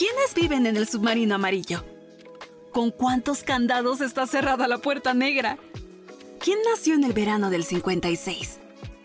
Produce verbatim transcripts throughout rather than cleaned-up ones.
¿Quiénes viven en el submarino amarillo? ¿Con cuántos candados está cerrada la puerta negra? ¿Quién nació en el verano del cincuenta y seis?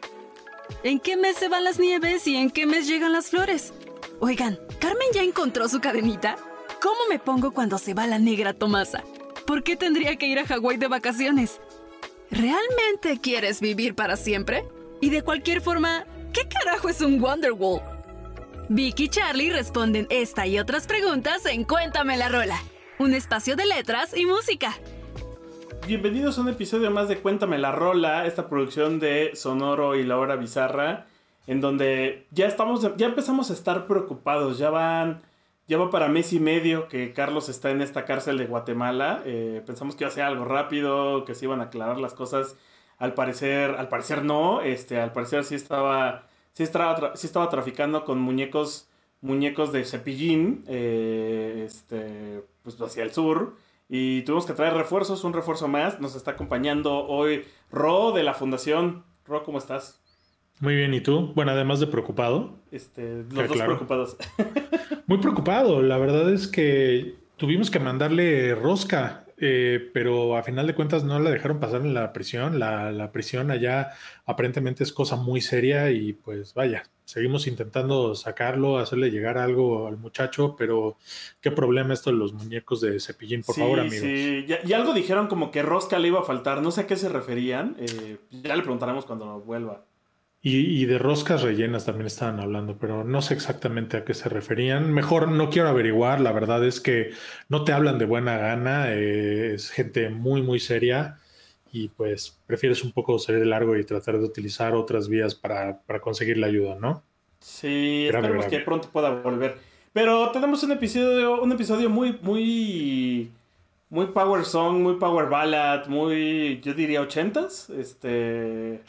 ¿En qué mes se van las nieves y en qué mes llegan las flores? Oigan, ¿Carmen ya encontró su cadenita? ¿Cómo me pongo cuando se va la negra Tomasa? ¿Por qué tendría que ir a Hawái de vacaciones? ¿Realmente quieres vivir para siempre? Y de cualquier forma, ¿qué carajo es un Wonderwall? Vicky y Charlie responden esta y otras preguntas en Cuéntame la Rola, un espacio de letras y música. Bienvenidos a un episodio más de Cuéntame la Rola, esta producción de Sonoro y La Hora Bizarra, en donde ya estamos, ya empezamos a estar preocupados. Ya van, ya va para mes y medio que Carlos está en esta cárcel de Guatemala. Eh, pensamos que iba a ser algo rápido, que se iban a aclarar las cosas. Al parecer, al parecer no. Este, al parecer sí estaba, sí estaba, tra- sí estaba traficando con muñecos, muñecos de cepillín, eh, este, pues hacia el sur. Y tuvimos que traer refuerzos, un refuerzo más. Nos está acompañando hoy Ro de la Fundación. Ro, ¿cómo estás? Muy bien, ¿y tú? Bueno, además de preocupado. Este, los Ah, dos claro. preocupados. Muy preocupado. La verdad es que tuvimos que mandarle rosca, eh, pero a final de cuentas no la dejaron pasar en la prisión. La, la prisión allá aparentemente es cosa muy seria y pues vaya, seguimos intentando sacarlo, hacerle llegar algo al muchacho, pero qué problema esto de los muñecos de cepillín, por Sí, favor, amigos. sí. Ya- y algo dijeron como que rosca le iba a faltar. No sé a qué se referían. Eh, ya le preguntaremos cuando vuelva. Y, y de roscas rellenas también estaban hablando, pero no sé exactamente a qué se referían. Mejor no quiero averiguar, la verdad es que no te hablan de buena gana, eh, es gente muy, muy seria y pues prefieres un poco salir de largo y tratar de utilizar otras vías para, para conseguir la ayuda, ¿no? Sí, Grave, esperemos que grave. pronto pueda volver. Pero tenemos un episodio, un episodio muy, muy, muy power song, muy power ballad, muy, yo diría ochentas. Este,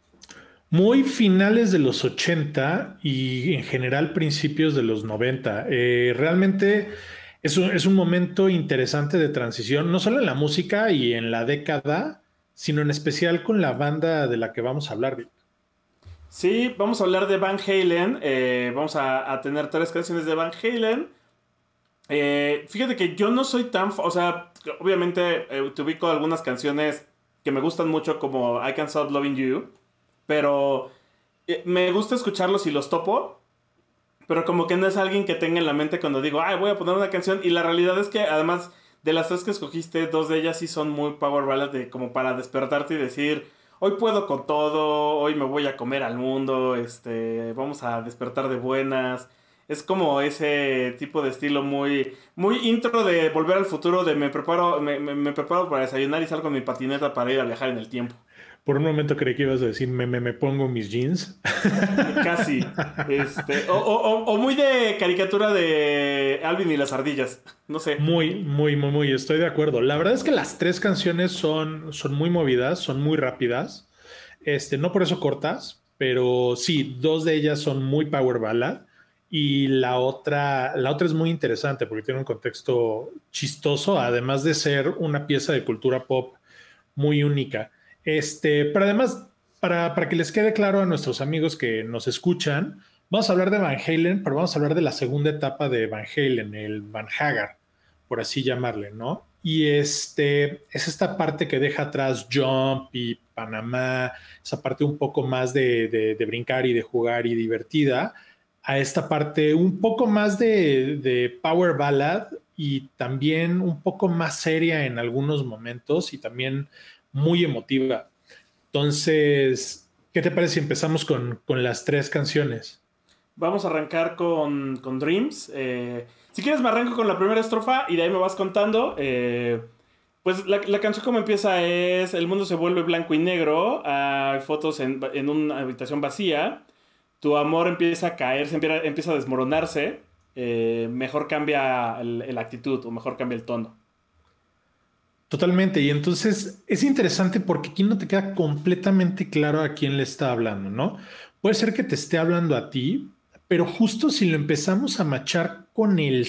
Muy finales de los ochenta y en general principios de los noventa. Eh, realmente es un, es un momento interesante de transición, no solo en la música y en la década, sino en especial con la banda de la que vamos a hablar, Vic. sí, vamos a hablar de Van Halen. Eh, vamos a, a tener tres canciones de Van Halen. Eh, fíjate que yo no soy tan... fa- O sea, obviamente eh, te ubico algunas canciones que me gustan mucho como I Can't Stop Loving You. Pero eh, me gusta escucharlos y los topo. Pero como que no es alguien que tenga en la mente cuando digo, ay, voy a poner una canción. Y la realidad es que además de las tres que escogiste, dos de ellas sí son muy power ballad de como para despertarte y decir, hoy puedo con todo, hoy me voy a comer al mundo, este, vamos a despertar de buenas. Es como ese tipo de estilo muy, muy intro de Volver al Futuro, de me preparo, me, me- me preparo para desayunar y salgo en mi patineta para ir a viajar en el tiempo. Por un momento creí que ibas a decir, me, me, me pongo mis jeans. Casi. Este, o, o- o- o muy de caricatura de Alvin y las ardillas. No sé. Muy, muy, muy, muy, estoy de acuerdo. La verdad es que las tres canciones son, son muy movidas, son muy rápidas. Este, no por eso cortas, pero sí, dos de ellas son muy power ballad y la otra, la otra es muy interesante porque tiene un contexto chistoso, además de ser una pieza de cultura pop muy única. Este, pero además, para, para que les quede claro a nuestros amigos que nos escuchan, vamos a hablar de Van Halen, pero vamos a hablar de la segunda etapa de Van Halen, el Van Hagar, por así llamarle, ¿no? Y este es esta parte que deja atrás Jump y Panamá, esa parte un poco más de, de, de brincar y de jugar y divertida, a esta parte un poco más de, de power ballad y también un poco más seria en algunos momentos y también muy emotiva. Entonces, ¿qué te parece si empezamos con, con las tres canciones? Vamos a arrancar con, con Dreams. Eh, si quieres me arranco con la primera estrofa y de ahí me vas contando. Eh, pues la, la canción como empieza es, el mundo se vuelve blanco y negro, hay fotos en, en una habitación vacía, tu amor empieza a caer, se empieza, empieza a desmoronarse, eh, mejor cambia el, el actitud o mejor cambia el tono. Totalmente. Y entonces es interesante porque aquí no te queda completamente claro a quién le está hablando, ¿no? Puede ser que te esté hablando a ti, pero justo si lo empezamos a machar con el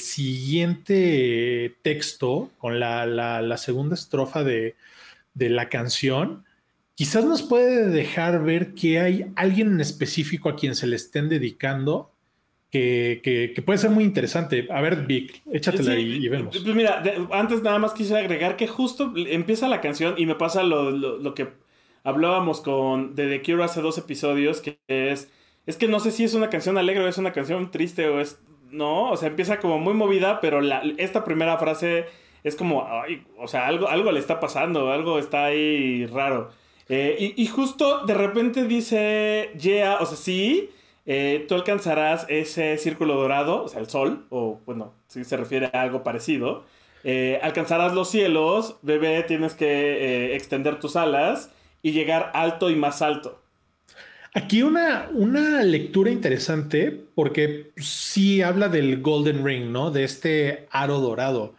siguiente texto, con la, la, la segunda estrofa de, de la canción, quizás nos puede dejar ver que hay alguien en específico a quien se le estén dedicando que, que, que puede ser muy interesante. A ver, Vic, échatela Sí, y, y vemos. pues mira, de- antes nada más quise agregar que justo empieza la canción y me pasa lo, lo, lo que hablábamos con de The Cure hace dos episodios, que es, es que no sé si es una canción alegre o es una canción triste o es, no, o sea, empieza como muy movida, pero la, esta primera frase es como, ay, o sea, algo, algo le está pasando, algo está ahí raro. Eh, y, y justo de repente dice, yeah, o sea, sí, eh, tú alcanzarás ese círculo dorado, o sea, el sol, o bueno, si se refiere a algo parecido. Eh, alcanzarás los cielos, bebé, tienes que eh, extender tus alas y llegar alto y más alto. Aquí una, una lectura interesante, porque sí habla del Golden Ring, ¿no? De este aro dorado,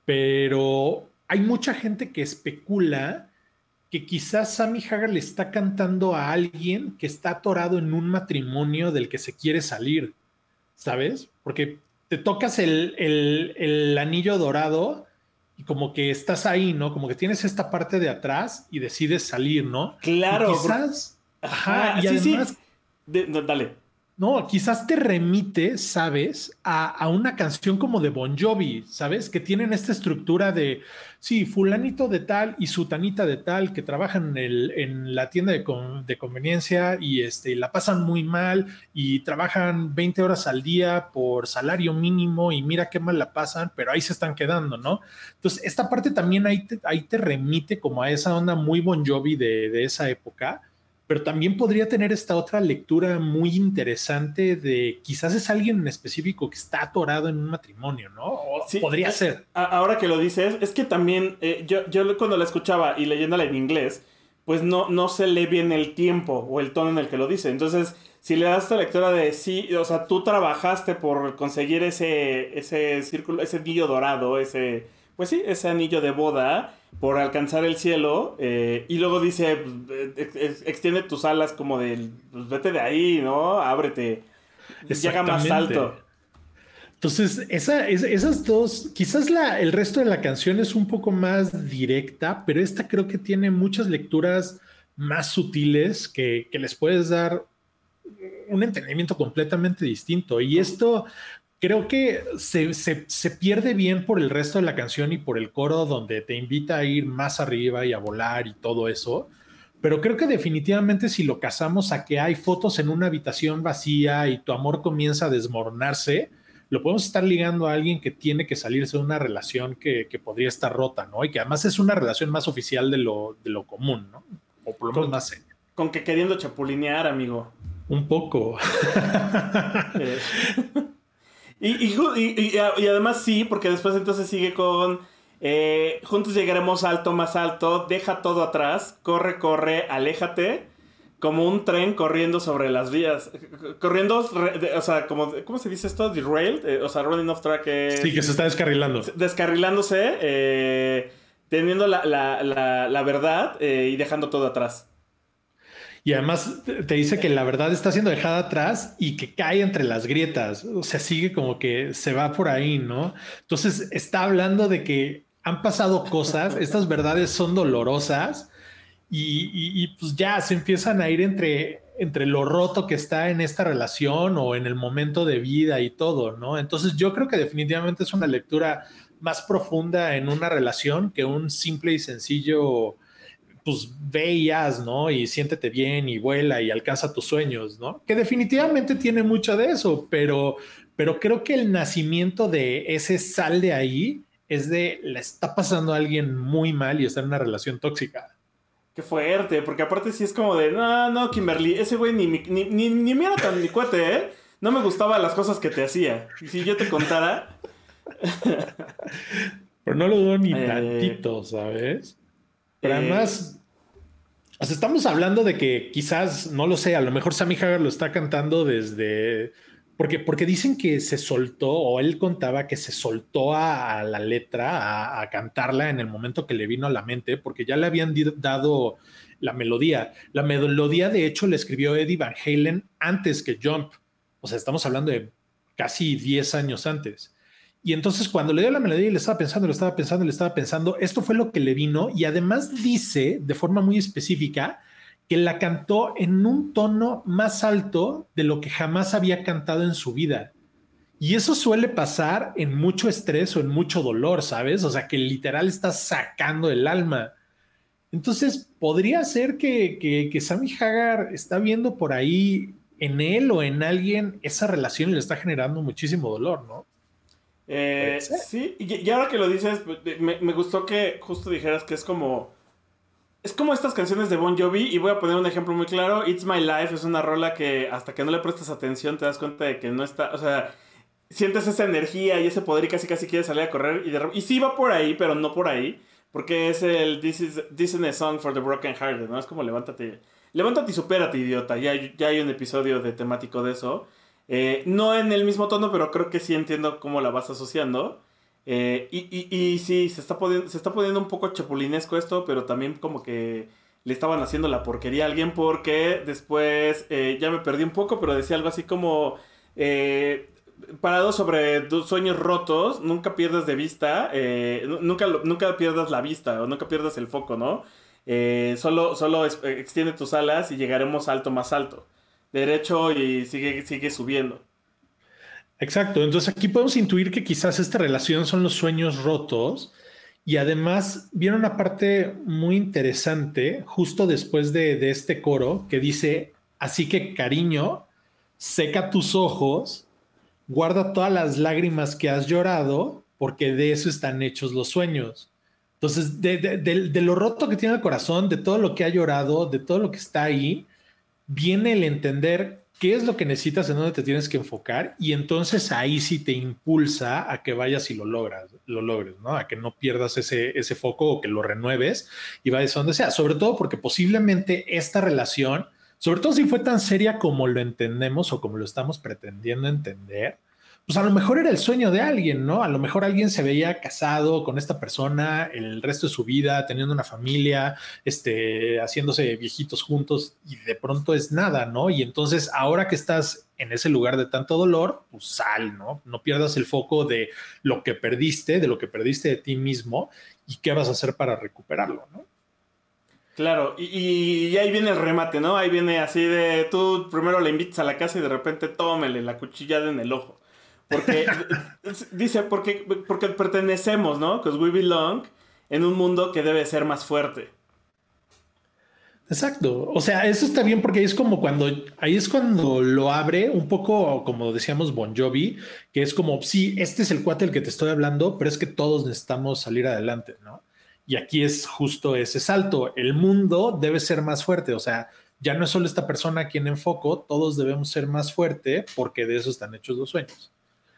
pero hay mucha gente que especula que quizás Sammy Hagar le está cantando a alguien que está atorado en un matrimonio del que se quiere salir, ¿sabes? Porque te tocas el, el, el anillo dorado y como que estás ahí, ¿no? Como que tienes esta parte de atrás y decides salir, ¿no? Y Claro, por- quizás, ajá, ajá, y sí, sí. además De- no, dale. no, quizás te remite, ¿sabes? A, a una canción como de Bon Jovi, ¿sabes? Que tienen esta estructura de, sí, fulanito de tal y sutanita de tal que trabajan en, el- en la tienda de, con- de conveniencia y este, la pasan muy mal y trabajan veinte horas al día por salario mínimo y mira qué mal la pasan, pero ahí se están quedando, ¿no? Entonces, esta parte también ahí te, ahí te remite como a esa onda muy Bon Jovi de, de esa época, pero también podría tener esta otra lectura muy interesante de quizás es alguien en específico que está atorado en un matrimonio, ¿no? O Sí, podría eh, ser. a- ahora que lo dices, es que también eh, yo, yo cuando la escuchaba y leyéndola en inglés, pues no, no se lee bien el tiempo o el tono en el que lo dice. Entonces, si le das esta lectura de sí, o sea, tú trabajaste por conseguir ese, ese círculo, ese anillo dorado, ese, pues sí, ese anillo de boda, por alcanzar el cielo, eh, y luego dice, pues, ex- ex- extiende tus alas como del, pues vete de ahí, ¿no? Ábrete, llega más Exactamente. alto. Entonces, esa, es- esas dos, quizás la, el resto de la canción es un poco más directa, pero esta creo que tiene muchas lecturas más sutiles que, que les puedes dar un entendimiento completamente distinto. Y esto creo que se, se, se pierde bien por el resto de la canción y por el coro donde te invita a ir más arriba y a volar y todo eso. Pero creo que definitivamente si lo casamos a que hay fotos en una habitación vacía y tu amor comienza a desmoronarse, lo podemos estar ligando a alguien que tiene que salirse de una relación que, que podría estar rota, ¿no? Y que además es una relación más oficial de lo, de lo común, ¿no? O por lo menos Con, más seria. con que queriendo chapulinear, amigo. Un poco. Eh, y, y, ju- y- y- y además sí, porque después entonces sigue con eh, juntos llegaremos alto, más alto, deja todo atrás, corre, corre, aléjate, como un tren corriendo sobre las vías. Corriendo, re- de- o sea, como, ¿cómo se dice esto? Derailed, eh, o sea, running off track, Sí, es que se está descarrilando. descarrilándose, eh, teniendo la, la, la, la verdad eh, y dejando todo atrás. Y además te te dice que la verdad está siendo dejada atrás y que cae entre las grietas. O sea, sigue como que se va por ahí, ¿no? Entonces está hablando de que han pasado cosas, estas verdades son dolorosas y, y- y, pues ya se empiezan a ir entre, entre lo roto que está en esta relación o en el momento de vida y todo, ¿no? Entonces yo creo que definitivamente es una lectura más profunda en una relación que un simple y sencillo pues ve y haz, ¿no? Y siéntete bien y vuela y alcanza tus sueños, ¿no? Que definitivamente tiene mucho de eso, pero, pero creo que el nacimiento de ese sal de ahí es de le está pasando a alguien muy mal y está en una relación tóxica. Qué fuerte, porque aparte sí es como de, no, no, Kimberly, ese güey ni, mi- ni, ni, ni me era tan mi cuate, ¿eh? No me gustaban las cosas que te hacía. Y si yo te contara, Pero no lo dudo ni eh, tantito, ¿sabes? Pero eh, además, o sea, estamos hablando de que quizás, no lo sé, a lo mejor Sammy Hagar lo está cantando desde... Porque, porque dicen que se soltó, o él contaba que se soltó a, a la letra, a, a cantarla en el momento que le vino a la mente, porque ya le habían di- dado la melodía. La melodía, de hecho, la escribió Eddie Van Halen antes que Jump. O sea, estamos hablando de casi diez años antes. Y entonces cuando le dio la melodía y le estaba pensando, le estaba pensando, le estaba pensando, esto fue lo que le vino y además dice de forma muy específica que la cantó en un tono más alto de lo que jamás había cantado en su vida. Y eso suele pasar en mucho estrés o en mucho dolor, ¿sabes? O sea, que literal estás sacando el alma. Entonces, podría ser que, que, que Sammy Hagar está viendo por ahí en él o en alguien esa relación y le está generando muchísimo dolor, ¿no? Puede Eh, ser. sí, y, y ahora que lo dices, me, me gustó que justo dijeras que es como... Es como estas canciones de Bon Jovi, y voy a poner un ejemplo muy claro. It's My Life es una rola que hasta que no le prestas atención te das cuenta de que no está... O sea, sientes esa energía y ese poder y casi casi quieres salir a correr. Y, de, y sí va por ahí, pero no por ahí. Porque es el This is, this is a Song for the Broken Hearted, ¿no? Es como levántate, levántate y supérate, idiota. Ya, hay- ya hay un episodio de temático de eso. Eh, no en el mismo tono, pero creo que sí entiendo cómo la vas asociando. Eh, y, y, y sí, se está, poniendo, se está poniendo un poco chapulinesco esto, pero también como que le estaban haciendo la porquería a alguien porque después eh, ya me perdí un poco, pero decía algo así como... eh, parado sobre tus sueños rotos, nunca pierdas de vista, eh, nu- nunca, lo- nunca pierdas la vista o nunca pierdas el foco, ¿no? Eh, solo solo es- eh, extiende tus alas y llegaremos alto más alto. Derecho y sigue, sigue subiendo. Exacto. Entonces aquí podemos intuir que quizás esta relación son los sueños rotos y además viene una parte muy interesante justo después de, de este coro que dice, así que cariño, seca tus ojos, guarda todas las lágrimas que has llorado, porque de eso están hechos los sueños. Entonces, de, de, de, de lo roto que tiene el corazón, de todo lo que ha llorado, de todo lo que está ahí, viene el entender qué es lo que necesitas, en dónde te tienes que enfocar, y entonces ahí sí te impulsa a que vayas y lo logras, lo logres, ¿no? A que no pierdas ese, ese foco o que lo renueves y vayas a donde sea. Sobre todo porque posiblemente esta relación, sobre todo si fue tan seria como lo entendemos o como lo estamos pretendiendo entender, pues a lo mejor era el sueño de alguien, ¿no? A lo mejor alguien se veía casado con esta persona el resto de su vida, teniendo una familia, este, haciéndose viejitos juntos y de pronto es nada, ¿no? Y entonces ahora que estás en ese lugar de tanto dolor, pues sal, ¿no? No pierdas el foco de lo que perdiste, de lo que perdiste de ti mismo y qué vas a hacer para recuperarlo, ¿no? Claro, y, y- y ahí viene el remate, ¿no? Ahí viene así de tú primero le invitas a la casa y de repente tómele la cuchillada en el ojo. Porque, dice, porque, porque pertenecemos, ¿no? Because we belong en un mundo que debe ser más fuerte. Exacto. O sea, eso está bien porque ahí es como cuando, ahí es cuando lo abre un poco, como decíamos Bon Jovi, que es como, sí, este es el cuate del que te estoy hablando, pero es que todos necesitamos salir adelante, ¿no? Y aquí es justo ese salto. El mundo debe ser más fuerte. O sea, ya no es solo esta persona a quien enfoco, todos debemos ser más fuerte porque de eso están hechos los sueños.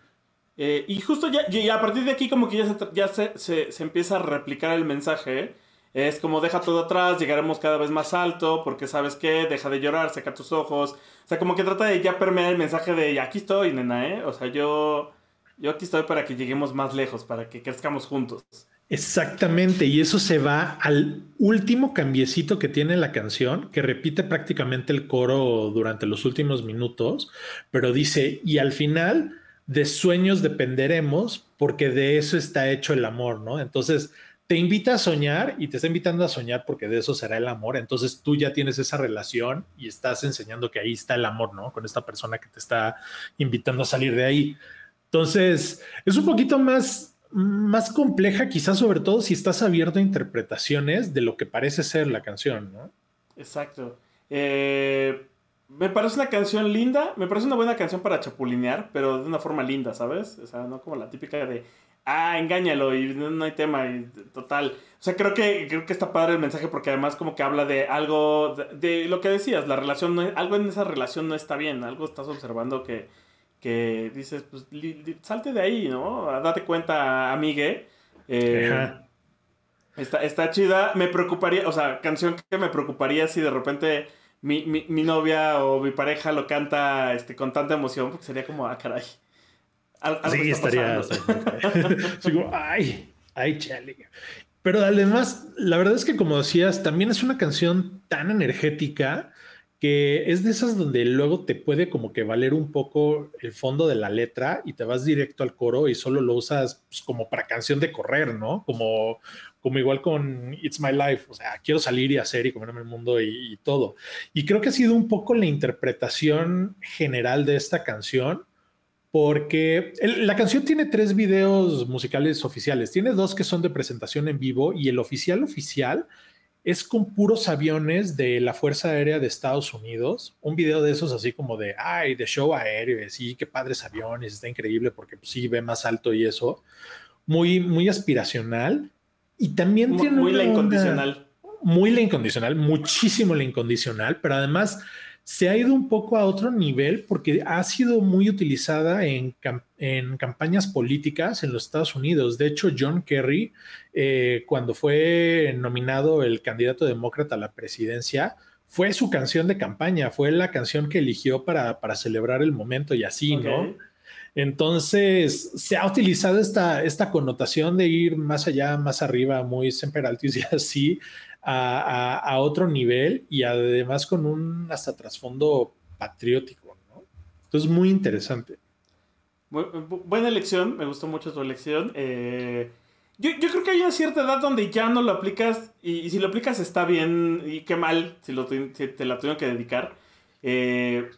Eh, y justo ya, y a partir de aquí como que ya, se, ya se, se, se empieza a replicar el mensaje. Es como deja todo atrás, llegaremos cada vez más alto, porque sabes qué, deja de llorar, seca tus ojos. O sea, como que trata de ya permear el mensaje de aquí estoy, nena, ¿eh? O sea, yo, yo aquí estoy para que lleguemos más lejos, para que crezcamos juntos. Exactamente, y eso se va al último cambiecito que tiene la canción, que repite prácticamente el coro durante los últimos minutos, pero dice, y al final de sueños dependeremos porque de eso está hecho el amor, ¿no? Entonces te invita a soñar y te está invitando a soñar porque de eso será el amor, entonces tú ya tienes esa relación y estás enseñando que ahí está el amor, ¿no? Con esta persona que te está invitando a salir de ahí. Entonces, es un poquito más, más compleja, quizás sobre todo si estás abierto a interpretaciones de lo que parece ser la canción, ¿no? Exacto. Eh, me parece una canción linda, me parece una buena canción para chapulinear, pero de una forma linda, ¿sabes? O sea, no como la típica de, ah, engáñalo y no, no hay tema y total. O sea, creo que, creo que está padre el mensaje porque además como que habla de algo, de, de lo que decías, la relación, no, algo en esa relación no está bien, algo estás observando que, que dices, pues li, li, salte de ahí, ¿no? Date cuenta, amigue. Eh, Ajá. Está, está chida. Me preocuparía, o sea, canción que me preocuparía si de repente mi, mi, mi novia o mi pareja lo canta este, con tanta emoción, porque sería como, ah, caray, al- algo Sí, está estaría, pasando. estaría muy padre. Sí, como, ay, ay, chale. Pero además, la verdad es que como decías, también es una canción tan energética que es de esas donde luego te puede como que valer un poco el fondo de la letra y te vas directo al coro y solo lo usas pues, como para canción de correr, ¿no? Como, como igual con It's My Life, o sea, quiero salir y hacer y comerme el mundo y, y todo. Y creo que ha sido un poco la interpretación general de esta canción porque el, la canción tiene tres videos musicales oficiales. Tiene dos que son de presentación en vivo y el oficial oficial es con puros aviones de la Fuerza Aérea de Estados Unidos. Un video de esos así como de, ay, de show aéreo, sí, qué padres aviones, está increíble porque pues, sí ve más alto y eso. Muy, muy aspiracional. Y también Muy, tiene muy una la onda incondicional. muy la incondicional, muchísimo la incondicional, pero además se ha ido un poco a otro nivel porque ha sido muy utilizada en, cam en campañas políticas en los Estados Unidos. De hecho, John Kerry, eh, cuando fue nominado el candidato demócrata a la presidencia, fue su canción de campaña, fue la canción que eligió para, para celebrar el momento y así, Ok. ¿no? Entonces, se ha utilizado esta, esta connotación de ir más allá, más arriba, muy siempre altos y así, a, a, a otro nivel y además con un hasta trasfondo patriótico, ¿no? Entonces, muy interesante. Bu- bu- buena elección, me gustó mucho tu elección. Eh, yo, yo creo que hay una cierta edad donde ya no lo aplicas y, y si lo aplicas está bien y qué mal si, lo, tu- si te la tuvieron que dedicar. Eh,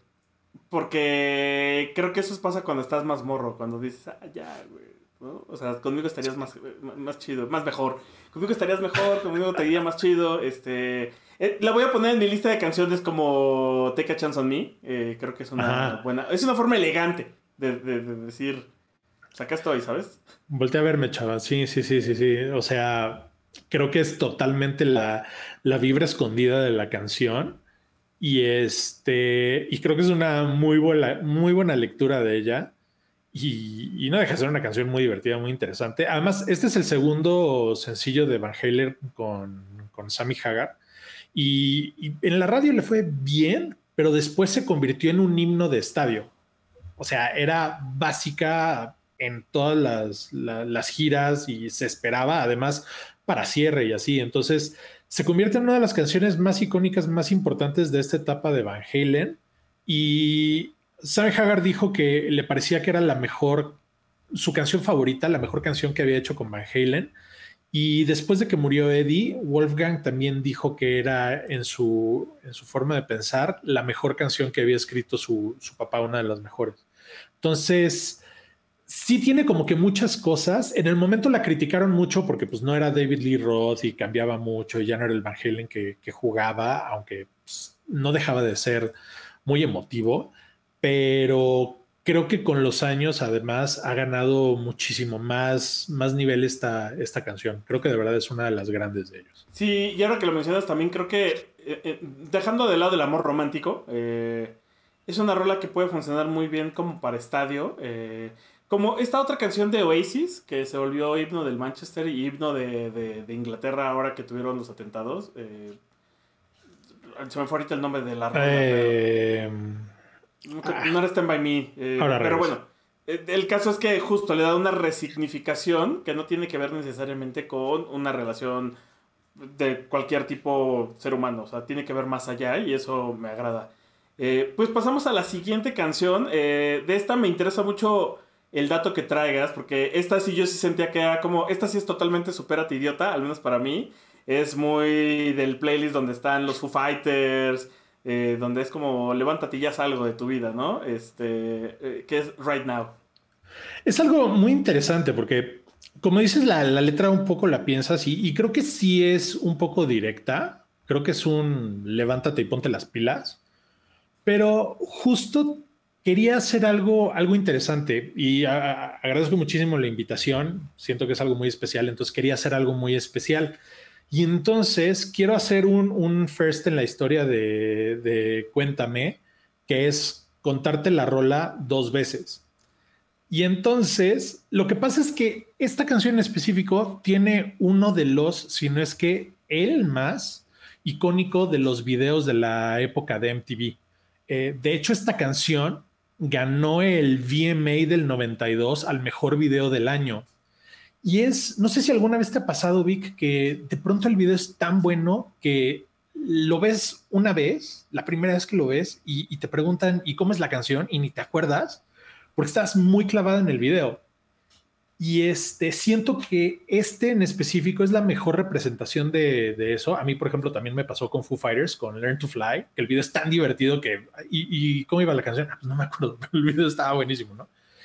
Porque creo que eso pasa cuando estás más morro, cuando dices, ah, ya, güey, ¿no? O sea, conmigo estarías más, más chido, más mejor. Conmigo estarías mejor, conmigo te iría más chido. Este, eh, la voy a poner en mi lista de canciones como Take a Chance on Me. Eh, creo que es una Ajá. buena, es una forma elegante de, de, de decir, pues acá estoy, ¿sabes? Voltea a verme, chaval. Sí, sí, sí, sí, sí. O sea, creo que es totalmente la, la vibra escondida de la canción. Y este, y creo que es una muy buena, muy buena lectura de ella. Y, y no deja de ser una canción muy divertida, muy interesante. Además, este es el segundo sencillo de Van Halen con, con Sammy Hagar. Y, y en la radio le fue bien, pero después se convirtió en un himno de estadio. O sea, era básica en todas las, la, las giras y se esperaba además para cierre y así. Entonces se convierte en una de las canciones más icónicas, más importantes de esta etapa de Van Halen. Y Sammy Hagar dijo que le parecía que era la mejor, su canción favorita, la mejor canción que había hecho con Van Halen. Y después de que murió Eddie, Wolfgang también dijo que era en su, en su forma de pensar la mejor canción que había escrito su, su papá, una de las mejores. Entonces, sí tiene como que muchas cosas. En el momento la criticaron mucho porque pues no era David Lee Roth y cambiaba mucho y ya no era el Van Halen que, que jugaba, aunque pues, no dejaba de ser muy emotivo, pero creo que con los años además ha ganado muchísimo más, más nivel esta, esta canción. Creo que de verdad es una de las grandes de ellos. Sí, y ahora que lo mencionas también creo que, eh, eh, dejando de lado el amor romántico, eh, es una rola que puede funcionar muy bien como para estadio. Eh, como esta otra canción de Oasis, que se volvió himno del Manchester y himno de, de- de Inglaterra ahora que tuvieron los atentados. Eh, se me fue ahorita el nombre de la rola, pero Eh, no, te- no ah, era Stand By Me. Eh, ahora pero regreso. bueno, eh, el caso es que justo le da una resignificación que no tiene que ver necesariamente con una relación de cualquier tipo ser humano. O sea, tiene que ver más allá y eso me agrada. Eh, pues pasamos a la siguiente canción. Eh, de esta me interesa mucho el dato que traigas, porque esta sí yo sí sentía que era como, esta sí es totalmente supérate idiota, al menos para mí. Es muy del playlist donde están los Foo Fighters, eh, donde es como, levántate y ya haz algo de tu vida, ¿no? Este, eh, que es Right Now. Es algo muy interesante porque, como dices, la, la letra un poco la piensas y, y creo que sí es un poco directa. Creo que es un levántate y ponte las pilas. Pero justo quería hacer algo, algo interesante y a- a- agradezco muchísimo la invitación. Siento que es algo muy especial, entonces quería hacer algo muy especial. Y entonces quiero hacer un, un first en la historia de, de Cuéntame, que es contarte la rola dos veces. Y entonces, lo que pasa es que esta canción en específico tiene uno de los, si no es que el más icónico de los videos de la época de M T V. Eh, de hecho, esta canción ganó el V M A del noventa y dos al mejor video del año. Y es, no sé si alguna vez te ha pasado, Vic, que de pronto el video es tan bueno que lo ves una vez, la primera vez que lo ves, y, y te preguntan, ¿y cómo es la canción? Y ni te acuerdas, porque estás muy clavada en el video. Y este, siento que este en específico es la mejor representación de, de eso. A mí, por ejemplo, también me pasó con Foo Fighters, con Learn to Fly, que el video es tan divertido que... ¿Y, y cómo iba la canción? Ah, pues no me acuerdo, pero el video estaba buenísimo, ¿no?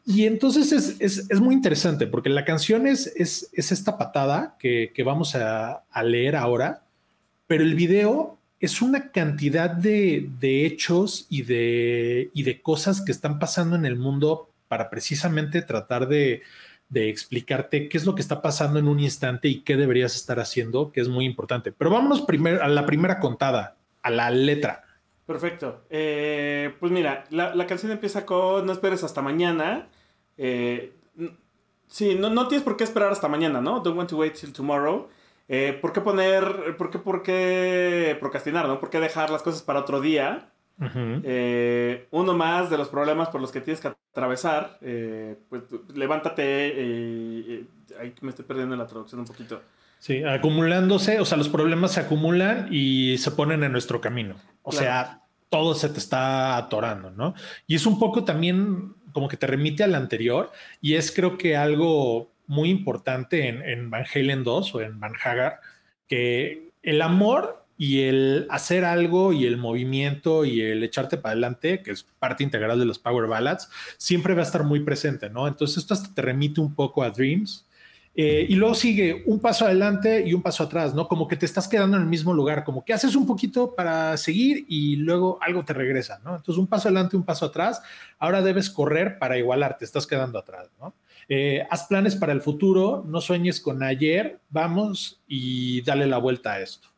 Y entonces es, es, es muy interesante porque la canción es, es, es esta patada que, que vamos a, a leer ahora, pero el video es una cantidad de, de hechos y de, y de cosas que están pasando en el mundo para precisamente tratar de, de explicarte qué es lo que está pasando en un instante y qué deberías estar haciendo, que es muy importante. Pero vámonos primer, a la primera contada, a la letra. Perfecto. Eh, pues mira, la, la canción empieza con no esperes hasta mañana. Eh, sí, no, no tienes por qué esperar hasta mañana, ¿no? Don't want to wait till tomorrow. Eh, ¿Por qué poner, por qué, por qué procrastinar, ¿no? ¿Por qué dejar las cosas para otro día? Uh-huh. Eh, uno más de los problemas por los que tienes que atravesar. Eh, pues levántate. Eh, eh, ahí me estoy perdiendo en la traducción un poquito. Sí, acumulándose, o sea, los problemas se acumulan y se ponen en nuestro camino. O Claro. sea, todo se te está atorando, ¿no? Y es un poco también como que te remite al anterior y es creo que algo muy importante en, en Van Halen dos o en Van Hagar, que el amor y el hacer algo y el movimiento y el echarte para adelante, que es parte integral de los Power Ballads, siempre va a estar muy presente, ¿no? Entonces esto hasta te remite un poco a Dreams. Eh, y luego sigue un paso adelante y un paso atrás, ¿no? Como que te estás quedando en el mismo lugar, como que haces un poquito para seguir y luego algo te regresa, ¿no? Entonces un paso adelante, un paso atrás, ahora debes correr para igualar, te estás quedando atrás, ¿no? Eh, haz planes para el futuro, no sueñes con ayer, vamos y dale la vuelta a esto.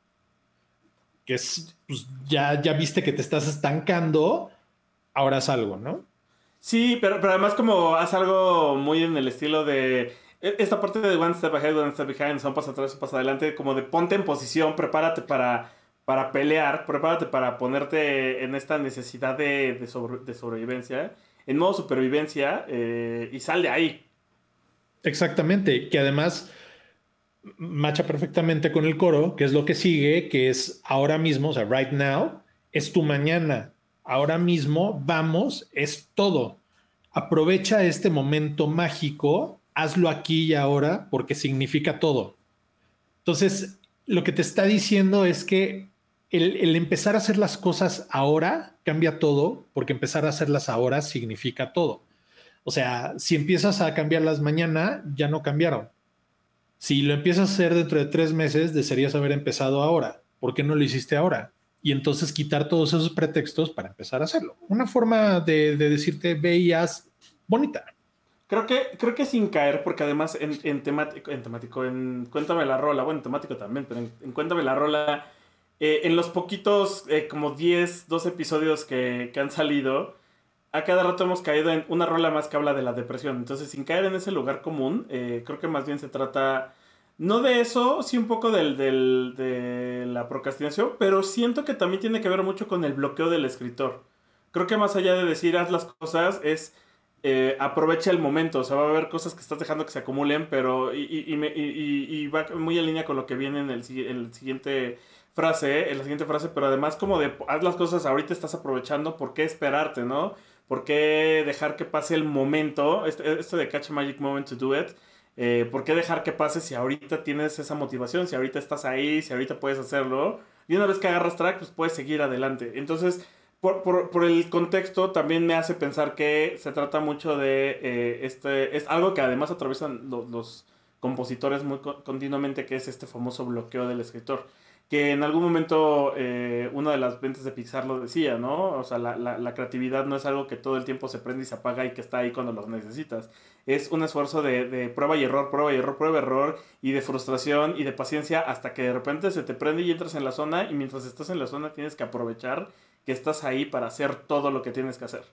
Que es, pues ya, ya viste que te estás estancando, ahora haz algo, ¿no? Sí, pero, pero además como haz algo muy en el estilo de... Esta parte de one step ahead, one step behind, un paso atrás, un paso adelante, como de ponte en posición, prepárate para, para pelear, prepárate para ponerte en esta necesidad de, de, sobre, de sobrevivencia, en modo supervivencia, eh, y sal de ahí. Exactamente, que además macha perfectamente con el coro, que es lo que sigue, que es ahora mismo, o sea, right now, es tu mañana. Ahora mismo, vamos, es todo. Aprovecha este momento mágico, hazlo aquí y ahora, porque significa todo. Entonces, lo que te está diciendo es que el, el empezar a hacer las cosas ahora cambia todo, porque empezar a hacerlas ahora significa todo. O sea, si empiezas a cambiarlas mañana, ya no cambiaron. Si lo empiezas a hacer dentro de tres meses, desearías haber empezado ahora. ¿Por qué no lo hiciste ahora? Y entonces quitar todos esos pretextos para empezar a hacerlo. Una forma de, de decirte, ve y haz bonita. Creo que, creo que sin caer, porque además en, en, temático, en temático, en Cuéntame la Rola, bueno, en temático también, pero en, en Cuéntame la Rola, eh, en los poquitos, eh, como diez, doce episodios que, que han salido, a cada rato hemos caído en una rola más que habla de la depresión. Entonces, sin caer en ese lugar común, eh, creo que más bien se trata, no de eso, sí un poco del, del, de la procrastinación, pero siento que también tiene que ver mucho con el bloqueo del escritor. Creo que más allá de decir haz las cosas, es eh, aprovecha el momento. O sea, va a haber cosas que estás dejando que se acumulen, pero y, y, y, me, y, y va muy en línea con lo que viene en el, en el siguiente frase, en la siguiente frase, pero además como de haz las cosas ahorita, estás aprovechando, ¿por qué esperarte, no? ¿Por qué dejar que pase el momento? Esto, esto de catch a magic moment to do it. Eh, ¿Por qué dejar que pase si ahorita tienes esa motivación? Si ahorita estás ahí, si ahorita puedes hacerlo. Y una vez que agarras track, pues puedes seguir adelante. Entonces, por, por, por el contexto, también me hace pensar que se trata mucho de... Eh, este es algo que además atraviesan los, los compositores muy co- continuamente, que es este famoso bloqueo del escritor. Que en algún momento eh, una de las ventas de Pixar lo decía, ¿no? O sea, la, la, la creatividad no es algo que todo el tiempo se prende y se apaga y que está ahí cuando lo necesitas. Es un esfuerzo de, de prueba y error, prueba y error, prueba y error, y de frustración y de paciencia hasta que de repente se te prende y entras en la zona, y mientras estás en la zona tienes que aprovechar que estás ahí para hacer todo lo que tienes que hacer.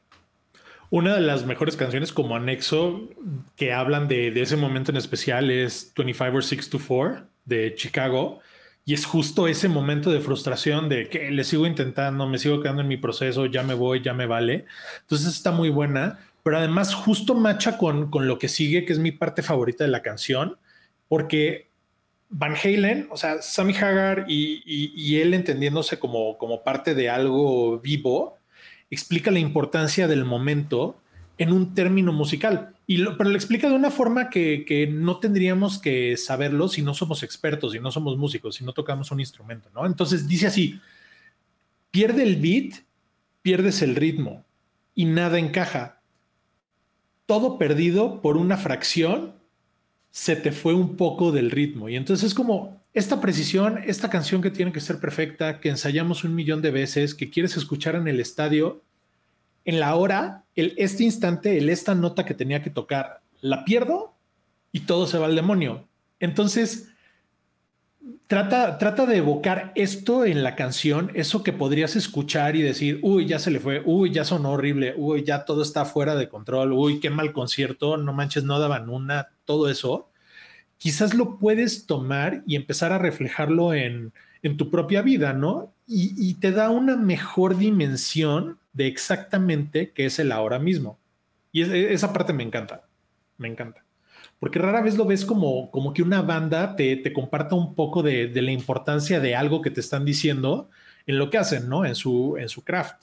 Una de las mejores canciones como anexo que hablan de, de ese momento en especial es veinticinco or six to four de Chicago. Y es justo ese momento de frustración de que le sigo intentando, me sigo quedando en mi proceso, ya me voy, ya me vale. Entonces está muy buena, pero además justo macha con, con lo que sigue, que es mi parte favorita de la canción, porque Van Halen, o sea, Sammy Hagar y, y, y él entendiéndose como, como parte de algo vivo, explica la importancia del momento en un término musical. Y lo, pero lo explica de una forma que, que no tendríamos que saberlo si no somos expertos, si no somos músicos, si no tocamos un instrumento, ¿no? Entonces dice así, pierde el beat, pierdes el ritmo y nada encaja. todo perdido por una fracción, se te fue un poco del ritmo. Y entonces es como esta precisión, esta canción que tiene que ser perfecta, que ensayamos un millón de veces, que quieres escuchar en el estadio, en la hora, el, este instante, el, esta nota que tenía que tocar, la pierdo y todo se va al demonio. Entonces, trata, trata de evocar esto en la canción, eso que podrías escuchar y decir, uy, ya se le fue, uy, ya sonó horrible, uy, ya todo está fuera de control, uy, qué mal concierto, no manches, no daban una, todo eso. Quizás lo puedes tomar y empezar a reflejarlo en, en tu propia vida, ¿no? Y, y te da una mejor dimensión de exactamente qué es el ahora mismo. Y es, esa parte me encanta, me encanta. Porque rara vez lo ves como, como que una banda te, te comparta un poco de, de la importancia de algo que te están diciendo en lo que hacen, ¿no? En su, en su craft.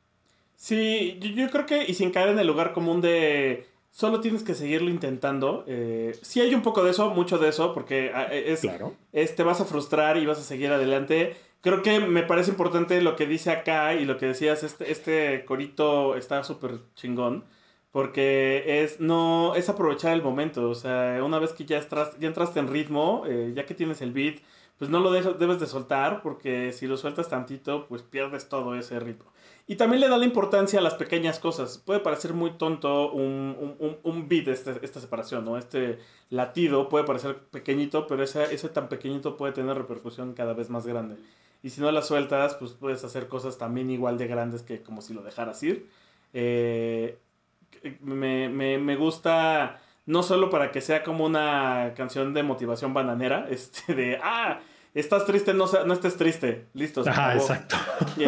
Sí, yo, yo creo que, y sin caer en el lugar común de solo tienes que seguirlo intentando, eh, sí hay un poco de eso, mucho de eso, porque es, Claro. es, te vas a frustrar y vas a seguir adelante. Creo que me parece importante lo que dice acá y lo que decías, este, este corito está súper chingón. Porque es, no, es aprovechar el momento. O sea, una vez que ya, estras, ya entraste en ritmo, eh, ya que tienes el beat, pues no lo dejas, debes de soltar, porque si lo sueltas tantito, pues pierdes todo ese ritmo. Y también le da la importancia a las pequeñas cosas. Puede parecer muy tonto un, un, un, un beat, este, esta separación, ¿no? Este latido puede parecer pequeñito, pero ese, ese tan pequeñito puede tener repercusión cada vez más grande. Y si no la sueltas, pues puedes hacer cosas también igual de grandes que como si lo dejaras ir. Eh, me, me, me gusta no solo para que sea como una canción de motivación bananera, este de, ah, estás triste, no, no estés triste, listo, se Ajá, acabó. exacto.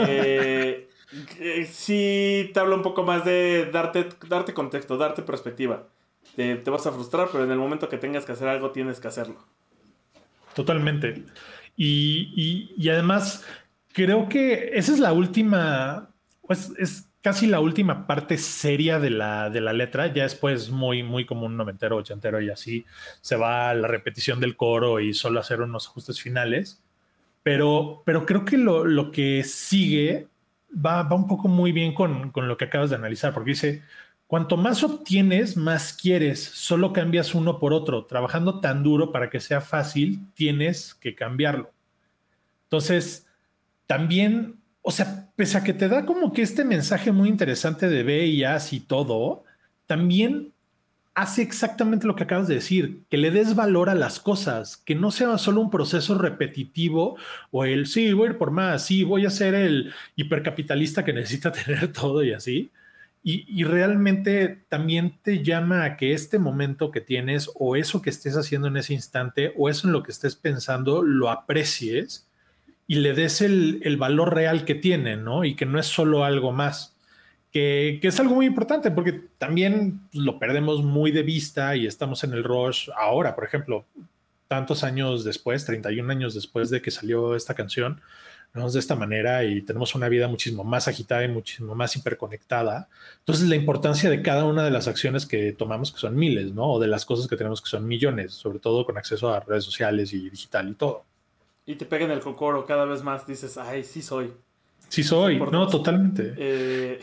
Eh, eh, sí te habla un poco más de darte, darte contexto, darte perspectiva. Te, te vas a frustrar, pero en el momento que tengas que hacer algo, tienes que hacerlo. Totalmente. Y, y, y además, creo que esa es la última, pues es casi la última parte seria de la, de la letra. Ya después, muy, muy como un noventero, ochentero y así, se va a la repetición del coro y solo hacer unos ajustes finales. Pero, pero creo que lo, lo que sigue va, va un poco muy bien con, con lo que acabas de analizar, porque dice, cuanto más obtienes, más quieres, solo cambias uno por otro, trabajando tan duro para que sea fácil, tienes que cambiarlo. Entonces, también, o sea, pese a que te da como que este mensaje muy interesante de ve y haz y todo, también hace exactamente lo que acabas de decir, que le des valor a las cosas, que no sea solo un proceso repetitivo o el, sí, voy a ir por más, sí, voy a ser el hipercapitalista que necesita tener todo y así. Y, y realmente también te llama a que este momento que tienes o eso que estés haciendo en ese instante o eso en lo que estés pensando, lo aprecies y le des el, el valor real que tiene, ¿no? Y que no es solo algo más. Que, que, es algo muy importante porque también lo perdemos muy de vista y estamos en el rush ahora, por ejemplo, tantos años después, treinta y un años después de que salió esta canción, vamos de esta manera y tenemos una vida muchísimo más agitada y muchísimo más hiperconectada. Entonces la importancia de cada una de las acciones que tomamos, que son miles, ¿no? O de las cosas que tenemos que son millones, sobre todo con acceso a redes sociales y digital y todo. Y te pega en el cocoro cada vez más, dices, ay, sí soy. Sí soy, no, totalmente. Eh...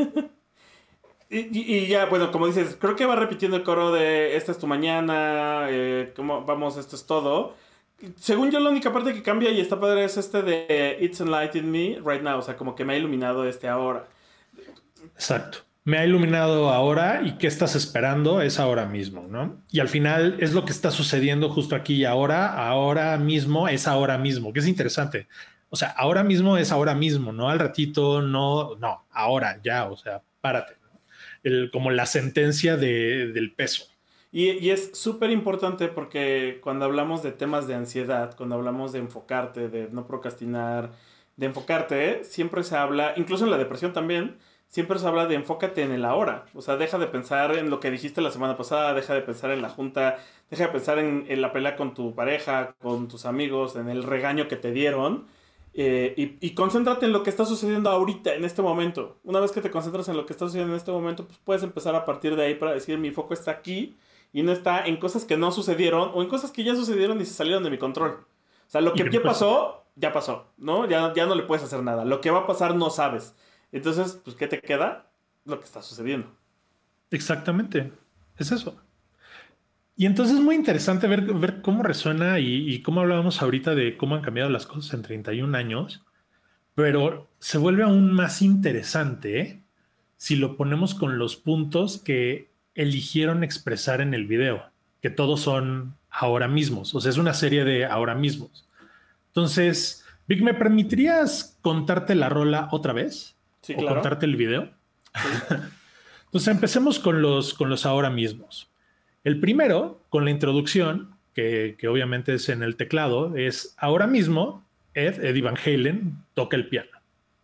y, y ya, bueno, como dices, creo que va repitiendo el coro de esta es tu mañana, eh, como, vamos, esto es todo. Según yo, la única parte que cambia y está padre es este de It's enlightened me right now, o sea, como que me ha iluminado este ahora. Exacto. Me ha iluminado ahora y qué estás esperando es ahora mismo, ¿no? Y al final es lo que está sucediendo justo aquí y ahora, ahora mismo es ahora mismo, que es interesante. O sea, ahora mismo es ahora mismo, no al ratito, no, no, ahora ya, o sea, párate, ¿no? El, como la sentencia de, del peso. Y, y es súper importante porque cuando hablamos de temas de ansiedad, cuando hablamos de enfocarte, de no procrastinar, de enfocarte, siempre se habla, incluso en la depresión también, siempre se habla de enfócate en el ahora. O sea, deja de pensar en lo que dijiste la semana pasada, deja de pensar en la junta, deja de pensar en, en la pelea con tu pareja, con tus amigos, en el regaño que te dieron. Eh, y, y concéntrate en lo que está sucediendo ahorita, en este momento. Una vez que te concentras en lo que está sucediendo en este momento, pues puedes empezar a partir de ahí para decir mi foco está aquí y no está en cosas que no sucedieron o en cosas que ya sucedieron y se salieron de mi control. O sea, lo que ya pasó, ya pasó, ¿no? Ya, ya no le puedes hacer nada. Lo que va a pasar no sabes. Entonces, pues, ¿qué te queda? Lo que está sucediendo. Exactamente. Es eso. Y entonces es muy interesante ver, ver cómo resuena y, y cómo hablábamos ahorita de cómo han cambiado las cosas en treinta y un años, pero se vuelve aún más interesante, ¿eh? Si lo ponemos con los puntos que eligieron expresar en el video, que todos son ahora mismos, o sea, es una serie de ahora mismos. Entonces, Vic, ¿me permitirías contarte la rola otra vez? Sí, ¿O claro. contarte el video? Sí. Entonces, empecemos con los, con los ahora mismos. El primero, con la introducción, que, que obviamente es en el teclado, es ahora mismo Ed, Eddie Van Halen, toca el piano.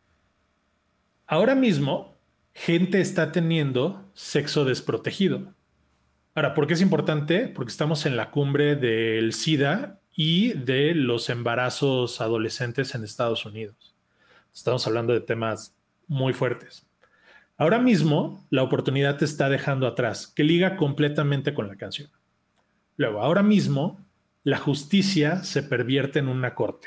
Ahora mismo, gente está teniendo sexo desprotegido. Ahora, ¿por qué es importante? Porque estamos en la cumbre del SIDA y de los embarazos adolescentes en Estados Unidos. Estamos hablando de temas muy fuertes. Ahora mismo, la oportunidad te está dejando atrás, que liga completamente con la canción. Luego, ahora mismo, la justicia se pervierte en una corte.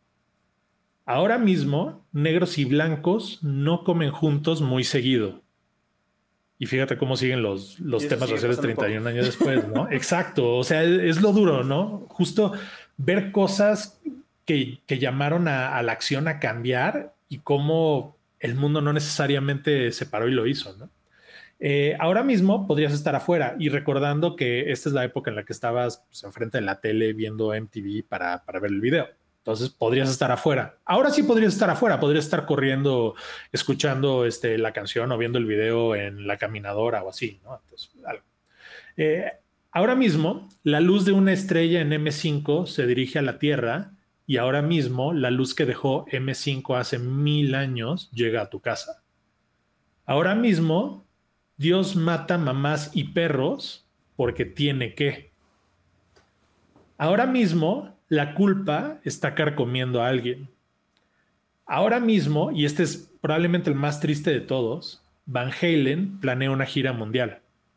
Ahora mismo, negros y blancos no comen juntos muy seguido. Y fíjate cómo siguen los, los temas raciales treinta y un años después, ¿no? Exacto, o sea, es, es lo duro, ¿no? Justo ver cosas que, que llamaron a, a la acción a cambiar y cómo el mundo no necesariamente se paró y lo hizo, ¿no? Eh, ahora mismo podrías estar afuera y recordando que esta es la época en la que estabas pues, enfrente de la tele viendo M T V para, para ver el video. Entonces podrías estar afuera. Ahora sí podrías estar afuera, podrías estar corriendo, escuchando este, la canción o viendo el video en la caminadora o así, ¿no? Entonces, algo. Eh, ahora mismo, la luz de una estrella en M cinco se dirige a la Tierra y ahora mismo la luz que dejó M cinco hace mil años llega a tu casa. Ahora mismo, Dios mata mamás y perros porque tiene que. Ahora mismo, la culpa está carcomiendo a alguien. Ahora mismo, y este es probablemente el más triste de todos, Van Halen planea una gira mundial.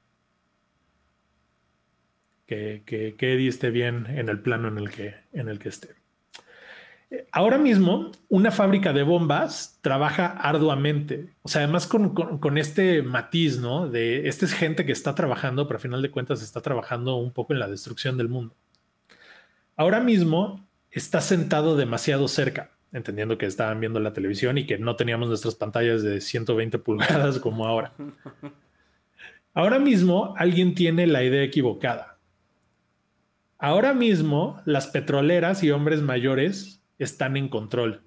Que, que, que Eddie esté bien en el plano en el que, en el que esté. Ahora mismo, una fábrica de bombas trabaja arduamente. O sea, además con, con, con este matiz, ¿no? De esta es gente que está trabajando, pero a final de cuentas está trabajando un poco en la destrucción del mundo. Ahora mismo está sentado demasiado cerca, entendiendo que estaban viendo la televisión y que no teníamos nuestras pantallas de ciento veinte pulgadas como ahora. Ahora mismo alguien tiene la idea equivocada. Ahora mismo las petroleras y hombres mayores están en control.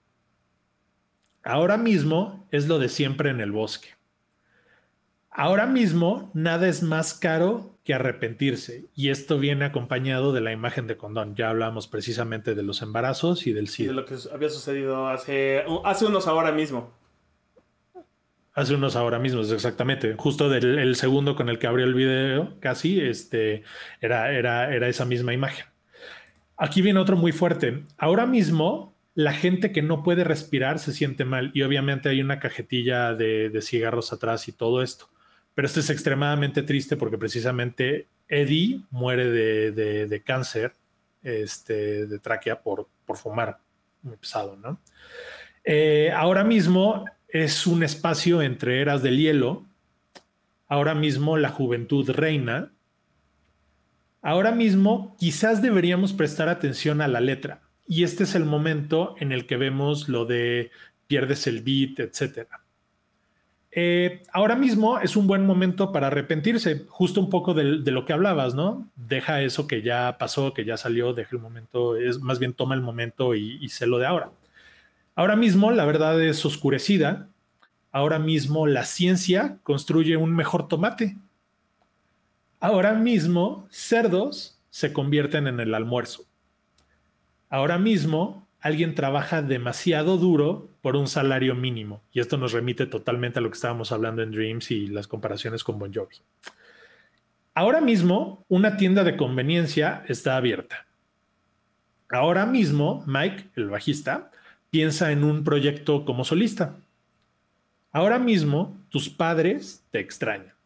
Ahora mismo es lo de siempre en el bosque. Ahora mismo nada es más caro que arrepentirse y esto viene acompañado de la imagen de condón. Ya hablamos precisamente de los embarazos y del SIDA. De lo que había sucedido hace, hace unos ahora mismo. Hace unos ahora mismo, exactamente. Justo del el segundo con el que abrió el video, casi, este, era, era, era esa misma imagen. Aquí viene otro muy fuerte. Ahora mismo la gente que no puede respirar se siente mal y obviamente hay una cajetilla de, de cigarros atrás y todo esto. Pero esto es extremadamente triste porque precisamente Eddie muere de, de, de cáncer este, de tráquea por, por fumar. Muy pesado, ¿no? Eh, ahora mismo es un espacio entre eras del hielo. Ahora mismo la juventud reina. Ahora mismo quizás deberíamos prestar atención a la letra. Y este es el momento en el que vemos lo de pierdes el beat, etcétera. Eh, ahora mismo es un buen momento para arrepentirse, justo un poco de, de lo que hablabas, ¿no? Deja eso que ya pasó, que ya salió, deja el momento, es más bien toma el momento y, y sé lo de ahora. Ahora mismo la verdad es oscurecida. Ahora mismo la ciencia construye un mejor tomate. Ahora mismo cerdos se convierten en el almuerzo. Ahora mismo alguien trabaja demasiado duro por un salario mínimo. Y esto nos remite totalmente a lo que estábamos hablando en Dreams y las comparaciones con Bon Jovi. Ahora mismo una tienda de conveniencia está abierta. Ahora mismo Mike, el bajista, piensa en un proyecto como solista. Ahora mismo tus padres te extrañan.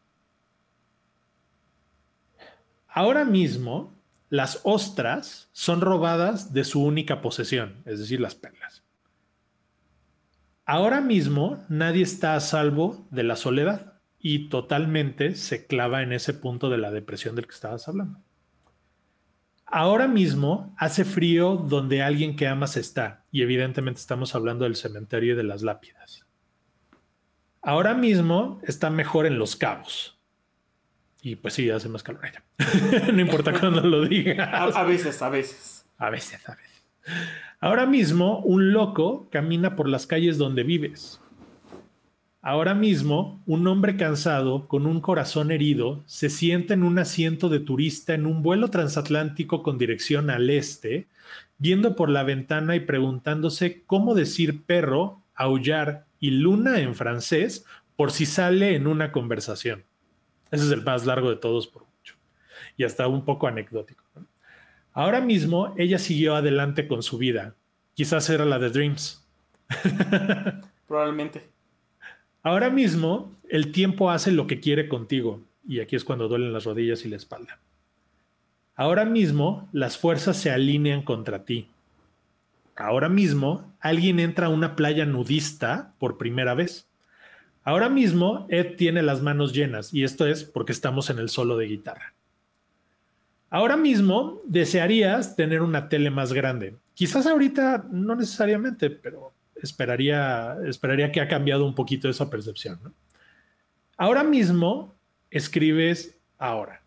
Ahora mismo las ostras son robadas de su única posesión, es decir, las perlas. Ahora mismo nadie está a salvo de la soledad. y totalmente se clava en ese punto de la depresión del que estabas hablando. Ahora mismo hace frío donde alguien que amas está, y evidentemente estamos hablando del cementerio y de las lápidas. Ahora mismo está mejor en Los Cabos. Y pues sí, hace más calor allá. No importa cuándo lo digas. A, a veces, a veces. A veces, a veces. Ahora mismo un loco camina por las calles donde vives. Ahora mismo un hombre cansado con un corazón herido se sienta en un asiento de turista en un vuelo transatlántico con dirección al este, viendo por la ventana y preguntándose cómo decir perro, aullar y luna en francés por si sale en una conversación. Ese es el más largo de todos por mucho. Y hasta un poco anecdótico, ¿no? Ahora mismo ella siguió adelante con su vida. Quizás era la de Dreams. Probablemente. Ahora mismo el tiempo hace lo que quiere contigo. Y aquí es cuando duelen las rodillas y la espalda. Ahora mismo las fuerzas se alinean contra ti. Ahora mismo alguien entra a una playa nudista por primera vez. Ahora mismo Ed tiene las manos llenas y esto es porque estamos en el solo de guitarra. Ahora mismo desearías tener una tele más grande. Quizás ahorita no necesariamente, pero esperaría, esperaría que ha cambiado un poquito esa percepción, ¿no? Ahora mismo escribes ahora.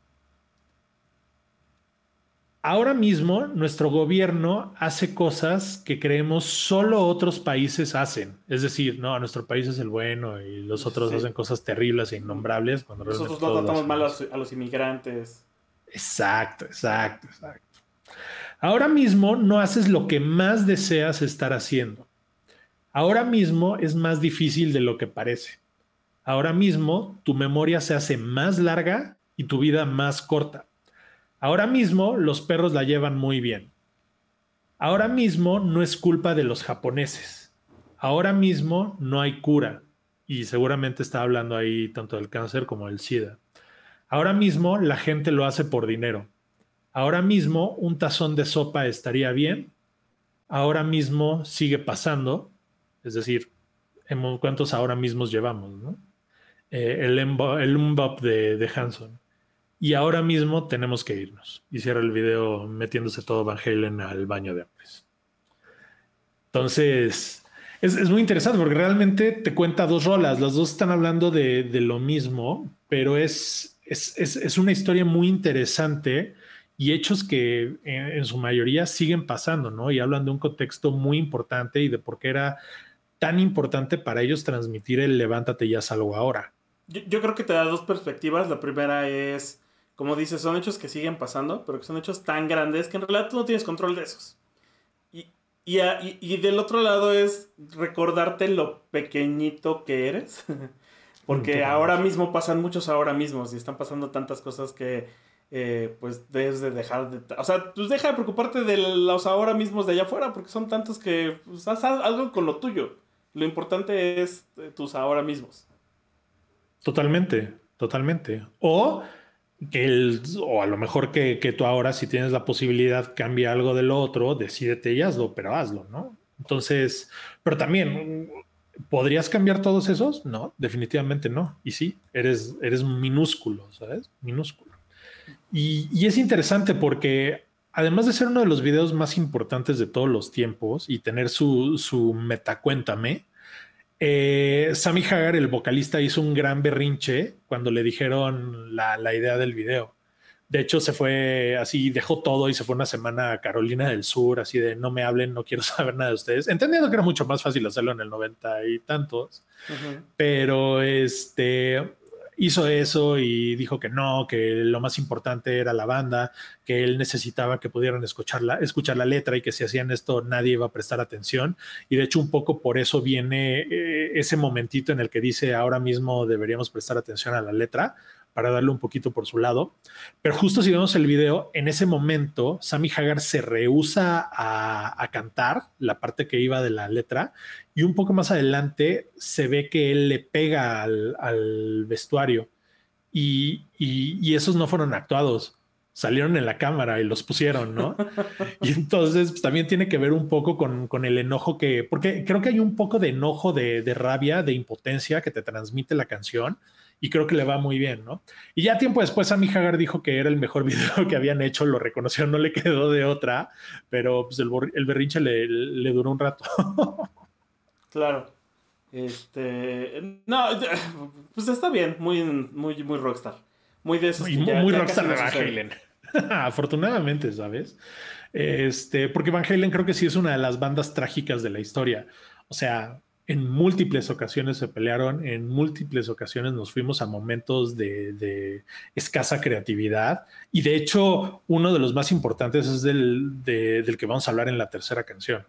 Ahora mismo nuestro gobierno hace cosas que creemos solo otros países hacen. Es decir, no, nuestro país es el bueno y los otros sí hacen cosas terribles e innombrables. Cuando nosotros no tratamos mal a los, a los inmigrantes. Exacto, exacto, exacto. Ahora mismo no haces lo que más deseas estar haciendo. Ahora mismo es más difícil de lo que parece. Ahora mismo tu memoria se hace más larga y tu vida más corta. Ahora mismo los perros la llevan muy bien. Ahora mismo no es culpa de los japoneses. Ahora mismo no hay cura. Y seguramente está hablando ahí tanto del cáncer como del SIDA. Ahora mismo la gente lo hace por dinero. Ahora mismo un tazón de sopa estaría bien. Ahora mismo sigue pasando. Es decir, ¿cuántos ahora mismos llevamos, no? Eh, el el Mbop de, de Hanson. Y ahora mismo tenemos que irnos. Y cierra el video metiéndose todo Van Halen al baño de hombres. Entonces, es, es muy interesante porque realmente te cuenta dos rolas. Las dos están hablando de, de lo mismo, pero es, es, es, es una historia muy interesante y hechos que en, en su mayoría siguen pasando, ¿no? Y hablan de un contexto muy importante y de por qué era tan importante para ellos transmitir el levántate y haz algo ahora. Yo, yo creo que te da dos perspectivas. La primera es, como dices, son hechos que siguen pasando, pero que son hechos tan grandes que en realidad tú no tienes control de esos. Y, y, y, y del otro lado es recordarte lo pequeñito que eres. Porque Entonces, ahora mismo pasan muchos ahora mismos y están pasando tantas cosas que eh, pues debes de dejar de... O sea, pues deja de preocuparte de los ahora mismos de allá afuera porque son tantos que pues, haz algo con lo tuyo. Lo importante es tus ahora mismos. Totalmente, totalmente. O que el, o a lo mejor que, que tú ahora, si tienes la posibilidad, cambia algo de lo otro, decídete y hazlo, pero hazlo, ¿no? Entonces, pero también, ¿podrías cambiar todos esos? No, definitivamente no. Y sí, eres, eres minúsculo, ¿sabes? Minúsculo. Y, y es interesante porque además de ser uno de los videos más importantes de todos los tiempos y tener su, su metacuéntame, Eh, Sammy Hagar, el vocalista, hizo un gran berrinche cuando le dijeron la, la idea del video. De hecho, se fue así, dejó todo y se fue una semana a Carolina del Sur, así de no me hablen, no quiero saber nada de ustedes. Entendiendo que era mucho más fácil hacerlo en el noventa y tantos, uh-huh. Pero este hizo eso y dijo que no, que lo más importante era la banda, que él necesitaba que pudieran escuchar la, escuchar la letra y que si hacían esto nadie iba a prestar atención. Y de hecho un poco por eso viene eh, ese momentito en el que dice ahora mismo deberíamos prestar atención a la letra para darle un poquito por su lado. Pero justo si vemos el video, en ese momento Sammy Hagar se rehúsa a, a cantar la parte que iba de la letra y un poco más adelante se ve que él le pega al, al vestuario y, y, y esos no fueron actuados, salieron en la cámara y los pusieron, ¿no? Y entonces pues, también tiene que ver un poco con, con el enojo que, porque creo que hay un poco de enojo, de, de rabia, de impotencia que te transmite la canción. y creo que le va muy bien, ¿no? Y ya tiempo después Sammy Hagar dijo que era el mejor video que habían hecho, lo reconoció, no le quedó de otra, pero pues el, el berrinche le, le duró un rato. Claro. Este. No, pues está bien, muy, muy, muy rockstar. Muy de esos Y que muy, ya, muy ya rockstar casi de no Van suceden. Halen. Afortunadamente, ¿sabes? Este, porque Van Halen creo que sí es una de las bandas trágicas de la historia. O sea, en múltiples ocasiones se pelearon, en múltiples ocasiones nos fuimos a momentos de, de escasa creatividad. Y de hecho, uno de los más importantes es del, de, del que vamos a hablar en la tercera canción.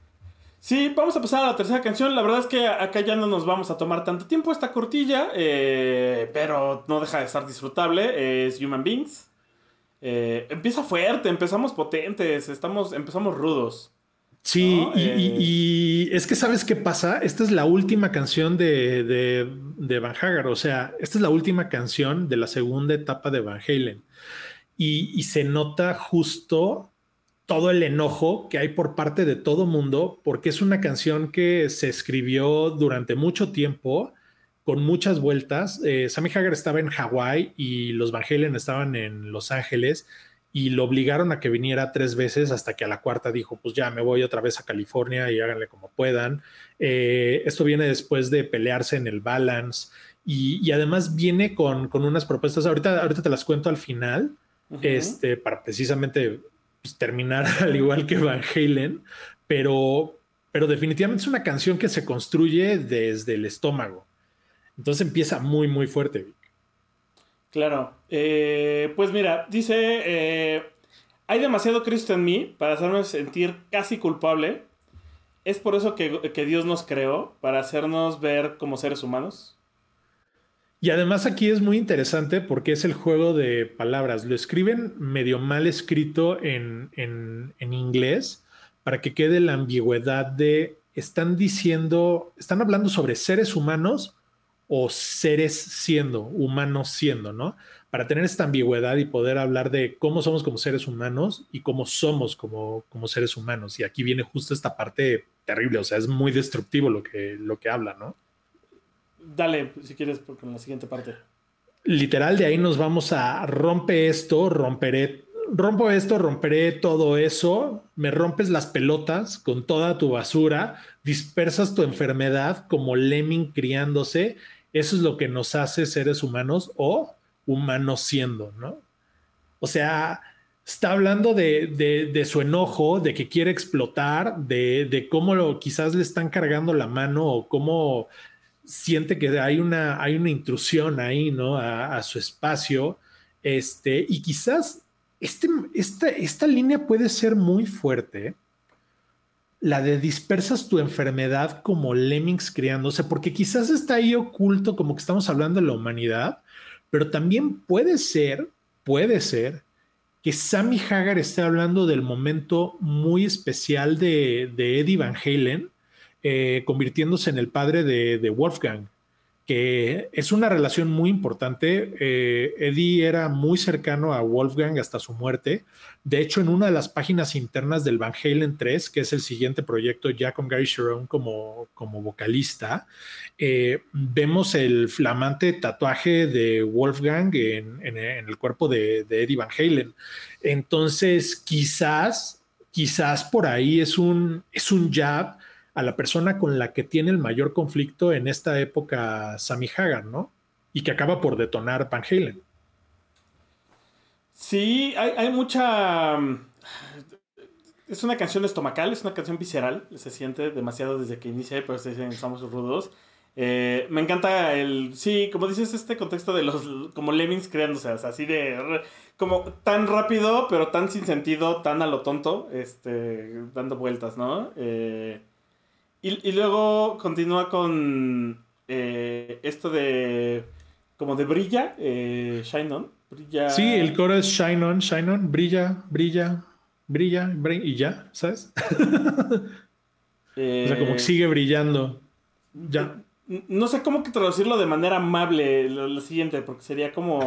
Sí, vamos a pasar a la tercera canción. La verdad es que acá ya no nos vamos a tomar tanto tiempo esta cortilla, eh, pero no deja de estar disfrutable. Es Human Beings. Eh, empieza fuerte, empezamos potentes, estamos, empezamos rudos, Sí, ¿no? y, y- Eh, y es que ¿sabes qué pasa? Esta es la última canción de, de, de Van Hagar, o sea, esta es la última canción de la segunda etapa de Van Halen. Y, y se nota justo todo el enojo que hay por parte de todo mundo, porque es una canción que se escribió durante mucho tiempo, con muchas vueltas. Eh, Sammy Hagar estaba en Hawái y los Van Halen estaban en Los Ángeles y lo obligaron a que viniera tres veces hasta que a la cuarta dijo, pues ya me voy otra vez a California y háganle como puedan. Eh, esto viene después de pelearse en el Balance y, y además viene con, con unas propuestas, ahorita, ahorita te las cuento al final, ujú. este, para precisamente pues, terminar al igual que Van Halen, pero, pero definitivamente es una canción que se construye desde el estómago. Entonces empieza muy, muy fuerte. Claro. Eh, pues mira, dice, eh, hay demasiado Cristo en mí para hacerme sentir casi culpable. Es por eso que, que Dios nos creó, para hacernos ver como seres humanos. Y además aquí es muy interesante porque es el juego de palabras. Lo escriben medio mal escrito en, en, en inglés para que quede la ambigüedad de están diciendo, están hablando sobre seres humanos o seres siendo, humanos siendo, ¿no? Para tener esta ambigüedad y poder hablar de cómo somos como seres humanos y cómo somos como, como seres humanos. Y aquí viene justo esta parte terrible, o sea, es muy destructivo lo que, lo que habla, ¿no? Dale, si quieres, por- con la siguiente parte. Literal, de ahí nos vamos a rompe esto, romperé, rompo esto, romperé todo eso, me rompes las pelotas con toda tu basura, dispersas tu enfermedad como lemming criándose. Eso es lo que nos hace seres humanos o humanos siendo, ¿no? O sea, está hablando de, de, de su enojo, de que quiere explotar, de, de cómo lo, quizás le están cargando la mano o cómo siente que hay una, hay una intrusión ahí, ¿no? A, a su espacio. Este, y quizás este, esta, esta línea puede ser muy fuerte, la de dispersas tu enfermedad como lemmings criándose, porque quizás está ahí oculto como que estamos hablando de la humanidad, pero también puede ser, puede ser que Sammy Hagar esté hablando del momento muy especial de, de Eddie Van Halen, eh, convirtiéndose en el padre de, de Wolfgang, que es una relación muy importante. Eh, Eddie era muy cercano a Wolfgang hasta su muerte. De hecho, en una de las páginas internas del Van Halen tres, que es el siguiente proyecto ya con Gary Cherone como, como vocalista, eh, vemos el flamante tatuaje de Wolfgang en, en, en el cuerpo de, de Eddie Van Halen. Entonces, quizás, quizás por ahí es un, es un jab a la persona con la que tiene el mayor conflicto en esta época Sammy Hagar, ¿no? Y que acaba por detonar Van Halen. Sí, hay, hay mucha... mm, Es una canción estomacal, es una canción visceral. Se siente demasiado desde que inicia, pero se dicen estamos rudos. Eh, me encanta el... Sí, como dices, este contexto de los... Como lemmings creándose, o sea, así de... Como tan rápido, pero tan sin sentido, tan a lo tonto, este, dando vueltas, ¿no? Eh, y, y luego continúa con eh, esto de... Como de brilla, eh, shine on, Sí, el brilla... coro es Shine On, Shine On, brilla, brilla, brilla, brilla y ya, ¿sabes? O sea, como que eh, sigue brillando, eh, ya. no sé cómo que traducirlo de manera amable lo, lo siguiente, porque sería como...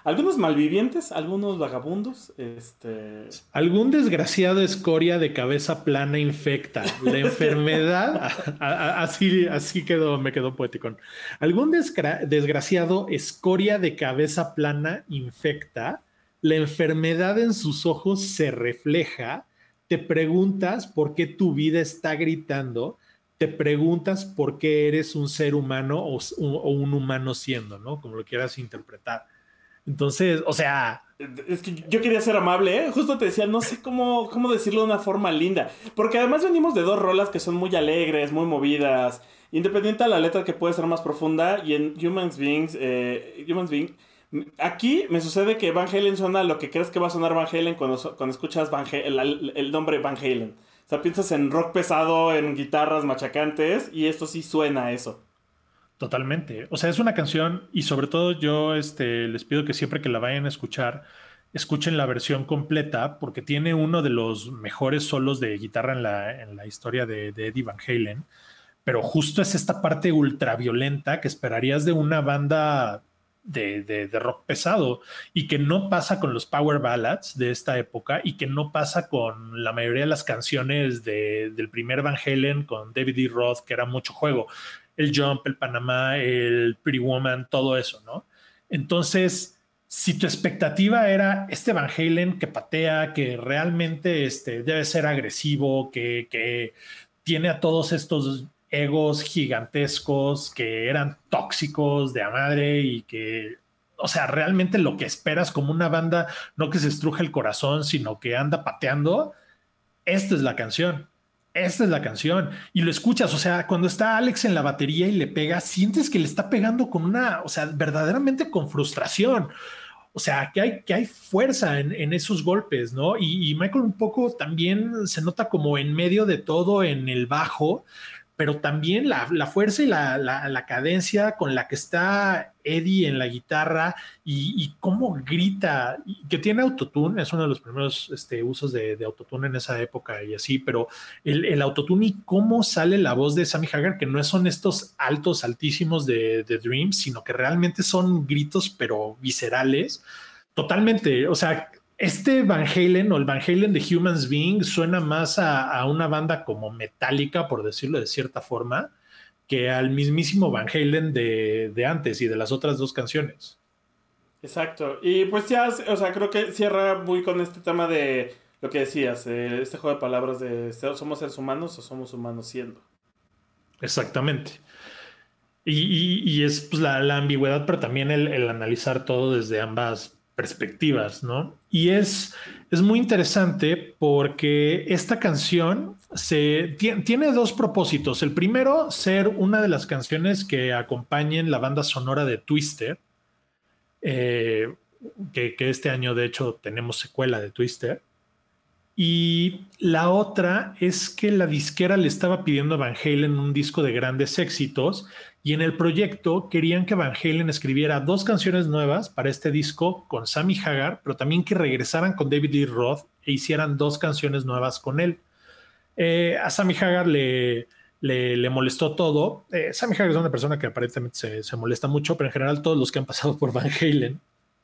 algunos malvivientes, algunos vagabundos, este... Algún desgraciado escoria de cabeza plana infecta. La enfermedad, a, a, así, así quedó, me quedó poético. Algún desgra desgraciado escoria de cabeza plana infecta. La enfermedad en sus ojos se refleja. Te preguntas por qué tu vida está gritando. Te preguntas por qué eres un ser humano o, o un humano siendo, ¿no? Como lo quieras interpretar. Entonces, o sea... Es que yo quería ser amable, ¿eh? Justo te decía, no sé cómo, cómo decirlo de una forma linda. Porque además venimos de dos rolas que son muy alegres, muy movidas. Independiente a la letra que puede ser más profunda. Y en Humans Beings, eh, Humans Being, aquí me sucede que Van Halen suena lo que crees que va a sonar Van Halen cuando, cuando escuchas Van Halen, el, el nombre Van Halen. O sea, piensas en rock pesado, en guitarras machacantes. Y esto sí suena a eso. Totalmente. O sea, es una canción y sobre todo yo este, les pido que siempre que la vayan a escuchar, escuchen la versión completa porque tiene uno de los mejores solos de guitarra en la, en la historia de, de Eddie Van Halen. Pero justo es esta parte ultraviolenta que esperarías de una banda de, de, de rock pesado y que no pasa con los power ballads de esta época y que no pasa con la mayoría de las canciones de, del primer Van Halen con David Lee Roth, que era mucho juego. El Jump, el Panamá, el Pretty Woman, todo eso, ¿no? Entonces, si tu expectativa era este Van Halen que patea, que realmente este, debe ser agresivo, que, que tiene a todos estos egos gigantescos, que eran tóxicos de a madre y que, o sea, realmente lo que esperas como una banda, no que se estruje el corazón, sino que anda pateando, esta es la canción. Esta es la canción y lo escuchas, o sea, cuando está Alex en la batería y le pega, sientes que le está pegando con una, o sea, verdaderamente con frustración, o sea, que hay, que hay fuerza en, en esos golpes, ¿no? Y, y Michael un poco también se nota como en medio de todo en el bajo, pero también la, la fuerza y la, la, la cadencia con la que está Eddie en la guitarra y, y cómo grita, y que tiene autotune, es uno de los primeros este, usos de, de autotune en esa época y así, pero el, el autotune y cómo sale la voz de Sammy Hagar, que no son estos altos, altísimos de, de Dreams, sino que realmente son gritos, pero viscerales, totalmente, o sea... Este Van Halen o el Van Halen de Humans Being suena más a, a una banda como Metallica, por decirlo de cierta forma, que al mismísimo Van Halen de, de antes y de las otras dos canciones. Exacto. Y pues ya, o sea, creo que cierra muy con este tema de lo que decías, eh, este juego de palabras de ¿somos seres humanos o somos humanos siendo? Exactamente. Y, y, y es pues, la, la ambigüedad, pero también el, el analizar todo desde ambas perspectivas, ¿no? Y es, es muy interesante porque esta canción se, tiene dos propósitos. El primero, ser una de las canciones que acompañen la banda sonora de Twister, eh, que, que este año de hecho tenemos secuela de Twister. Y la otra es que la disquera le estaba pidiendo a Van Halen un disco de grandes éxitos y en el proyecto querían que Van Halen escribiera dos canciones nuevas para este disco con Sammy Hagar, pero también que regresaran con David Lee Roth e hicieran dos canciones nuevas con él. Eh, a Sammy Hagar le, le, le molestó todo. Eh, Sammy Hagar es una persona que aparentemente se, se molesta mucho, pero en general todos los que han pasado por Van Halen.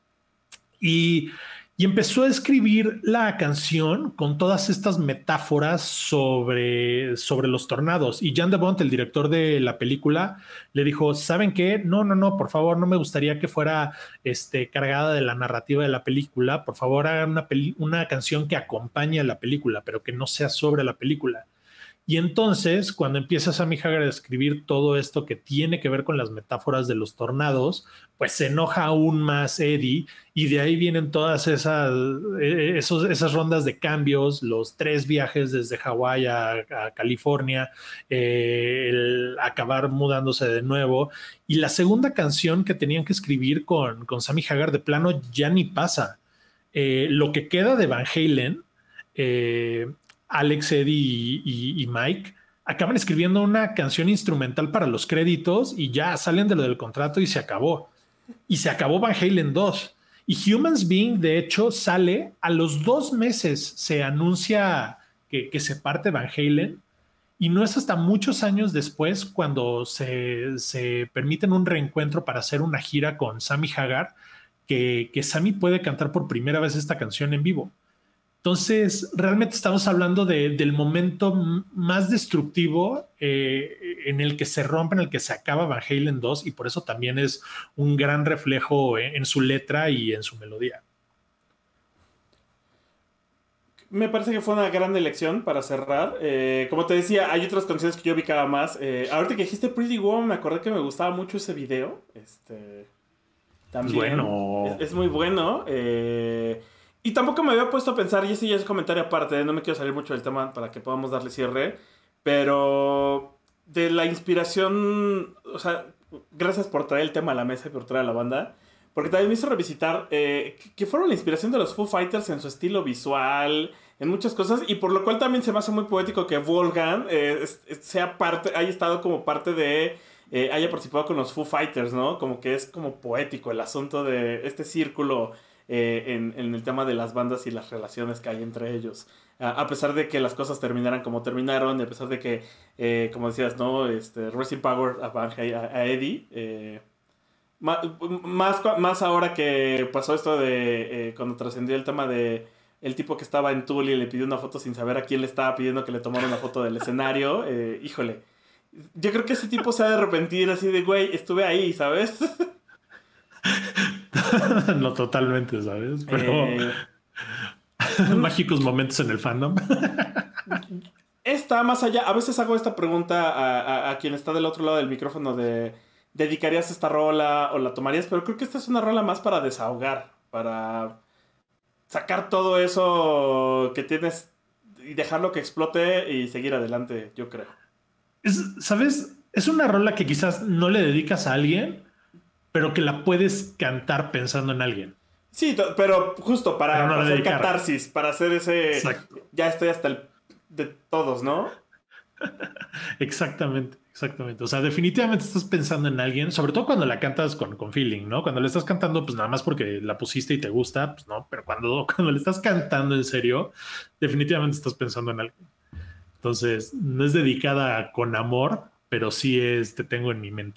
Y... Y empezó a escribir la canción con todas estas metáforas sobre, sobre los tornados. Y Jan de Bont, el director de la película, le dijo, ¿saben qué? No, no, no, por favor, no me gustaría que fuera este, cargada de la narrativa de la película. Por favor, hagan una, una canción que acompañe a la película, pero que no sea sobre la película. Y entonces, cuando empieza Sammy Hagar a escribir todo esto que tiene que ver con las metáforas de los tornados, pues se enoja aún más Eddie y de ahí vienen todas esas, esos, esas rondas de cambios, los tres viajes desde Hawái a, a California, eh, el acabar mudándose de nuevo. Y la segunda canción que tenían que escribir con, con Sammy Hagar de plano ya ni pasa. Eh, lo que queda de Van Halen... Eh, Alex, Eddie y, y, y Mike acaban escribiendo una canción instrumental para los créditos y ya salen de lo del contrato y se acabó. Y se acabó Van Halen dos. Y Humans Being, de hecho, sale a los dos meses, se anuncia que, que se parte Van Halen y no es hasta muchos años después cuando se, se permiten un reencuentro para hacer una gira con Sammy Hagar que, que Sammy puede cantar por primera vez esta canción en vivo. Entonces, realmente estamos hablando de, del momento m- más destructivo eh, en el que se rompe, en el que se acaba Van Halen dos, y por eso también es un gran reflejo en, en su letra y en su melodía. Me parece que fue una gran elección para cerrar. Eh, como te decía, hay otras canciones que yo ubicaba más. Eh, ahorita que dijiste Pretty Woman, me acordé que me gustaba mucho ese video. Este, también. Bueno. Es, es muy bueno. Eh, y tampoco me había puesto a pensar, y ese ya es comentario aparte, no me quiero salir mucho del tema para que podamos darle cierre. Pero de la inspiración, o sea, gracias por traer el tema a la mesa y por traer a la banda. Porque también me hizo revisitar eh, que fueron la inspiración de los Foo Fighters en su estilo visual, en muchas cosas, y por lo cual también se me hace muy poético que Wolfgang eh, es, es, sea parte, haya estado como parte de, eh, haya participado con los Foo Fighters, ¿no? Como que es como poético el asunto de este círculo eh, en, en el tema de las bandas y las relaciones que hay entre ellos. A, a pesar de que las cosas terminaran como terminaron, y a pesar de que, eh, como decías, ¿no? Este, Rest in Power a, Van Halen, a, a Eddie, eh, Más, más ahora que pasó esto de eh, cuando trascendió el tema de el tipo que estaba en Tool y le pidió una foto sin saber a quién le estaba pidiendo que le tomara una foto del escenario. Eh, híjole. Yo creo que ese tipo se ha de arrepentir así de, güey, estuve ahí, ¿sabes? No totalmente, ¿sabes? Pero Eh, mágicos momentos en el fandom. Está más allá. A veces hago esta pregunta a, a, a quien está del otro lado del micrófono de ¿dedicarías esta rola o la tomarías? Pero creo que esta es una rola más para desahogar, para sacar todo eso que tienes y dejarlo que explote y seguir adelante, yo creo. Es, ¿sabes? Es una rola que quizás no le dedicas a alguien, pero que la puedes cantar pensando en alguien. Sí, pero justo para, pero no para hacer dedicar. catarsis, para hacer ese... Exacto. Ya estoy hasta el de todos, ¿no? Exactamente, exactamente. O sea, definitivamente estás pensando en alguien, sobre todo cuando la cantas con, con feeling, ¿no? Cuando le estás cantando, pues nada más porque la pusiste y te gusta, pues no, pero cuando, cuando le estás cantando en serio, definitivamente estás pensando en alguien. Entonces, no es dedicada con amor, pero sí es te tengo en mi mente.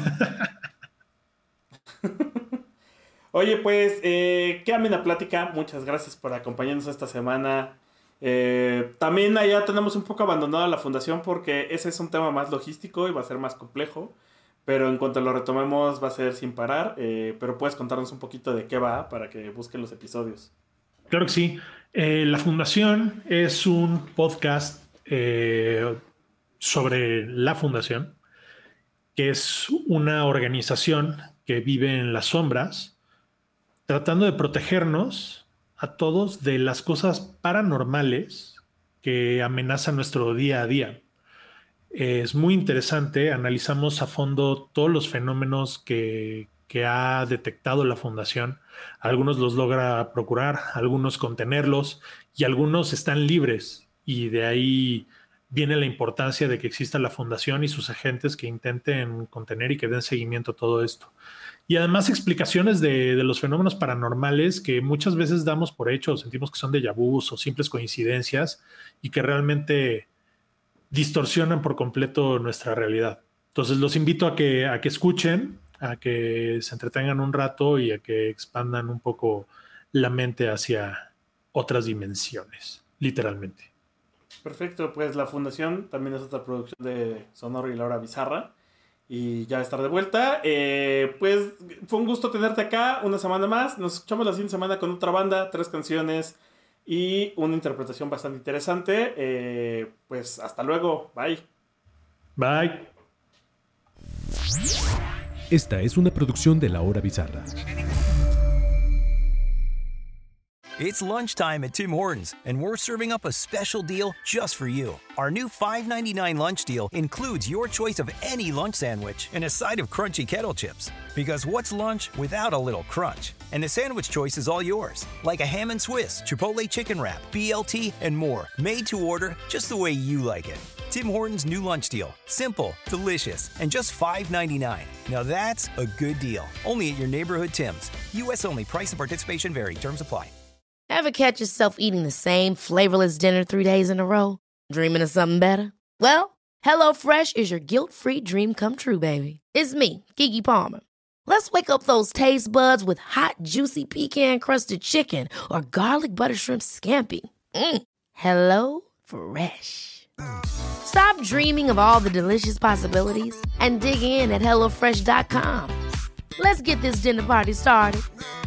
Oye, pues, eh, qué amena plática. Muchas gracias por acompañarnos esta semana. Eh, también allá tenemos un poco abandonada la fundación porque ese es un tema más logístico y va a ser más complejo. Pero en cuanto lo retomemos va a ser sin parar. Eh, pero puedes contarnos un poquito de qué va para que busquen los episodios. Claro que sí. Eh, la fundación es un podcast eh, sobre la fundación, que es una organización que vive en las sombras, tratando de protegernos a todos de las cosas paranormales que amenazan nuestro día a día. Es muy interesante, analizamos a fondo todos los fenómenos que, que ha detectado la fundación. Algunos los logra procurar, algunos contenerlos y algunos están libres, y de ahí viene la importancia de que exista la fundación y sus agentes que intenten contener y que den seguimiento a todo esto. Y además explicaciones de, de los fenómenos paranormales que muchas veces damos por hecho, sentimos que son déjà vus o simples coincidencias y que realmente distorsionan por completo nuestra realidad. Entonces los invito a que, a que escuchen, a que se entretengan un rato y a que expandan un poco la mente hacia otras dimensiones, literalmente. Perfecto, pues la fundación también es otra producción de Sonoro y Laura Bizarra. Y ya estar de vuelta. Eh, pues fue un gusto tenerte acá una semana más. Nos escuchamos la siguiente semana con otra banda, tres canciones y una interpretación bastante interesante. Eh, pues hasta luego. Bye. Bye. Esta es una producción de La Hora Bizarra. It's lunchtime at Tim Hortons, and we're serving up a special deal just for you. Our new five ninety-nine lunch deal includes your choice of any lunch sandwich and a side of crunchy kettle chips. Because what's lunch without a little crunch? And the sandwich choice is all yours, like a ham and Swiss, Chipotle chicken wrap, B L T, and more, made to order just the way you like it. Tim Hortons' new lunch deal. Simple, delicious, and just five ninety-nine. Now that's a good deal. Only at your neighborhood Tim's. U S only. Price and participation vary. Terms apply. Ever catch yourself eating the same flavorless dinner three days in a row? Dreaming of something better? Well, HelloFresh is your guilt-free dream come true, baby. It's me, Keke Palmer. Let's wake up those taste buds with hot, juicy pecan-crusted chicken or garlic butter shrimp scampi. Mm. Hello Fresh. Stop dreaming of all the delicious possibilities and dig in at hello fresh dot com. Let's get this dinner party started.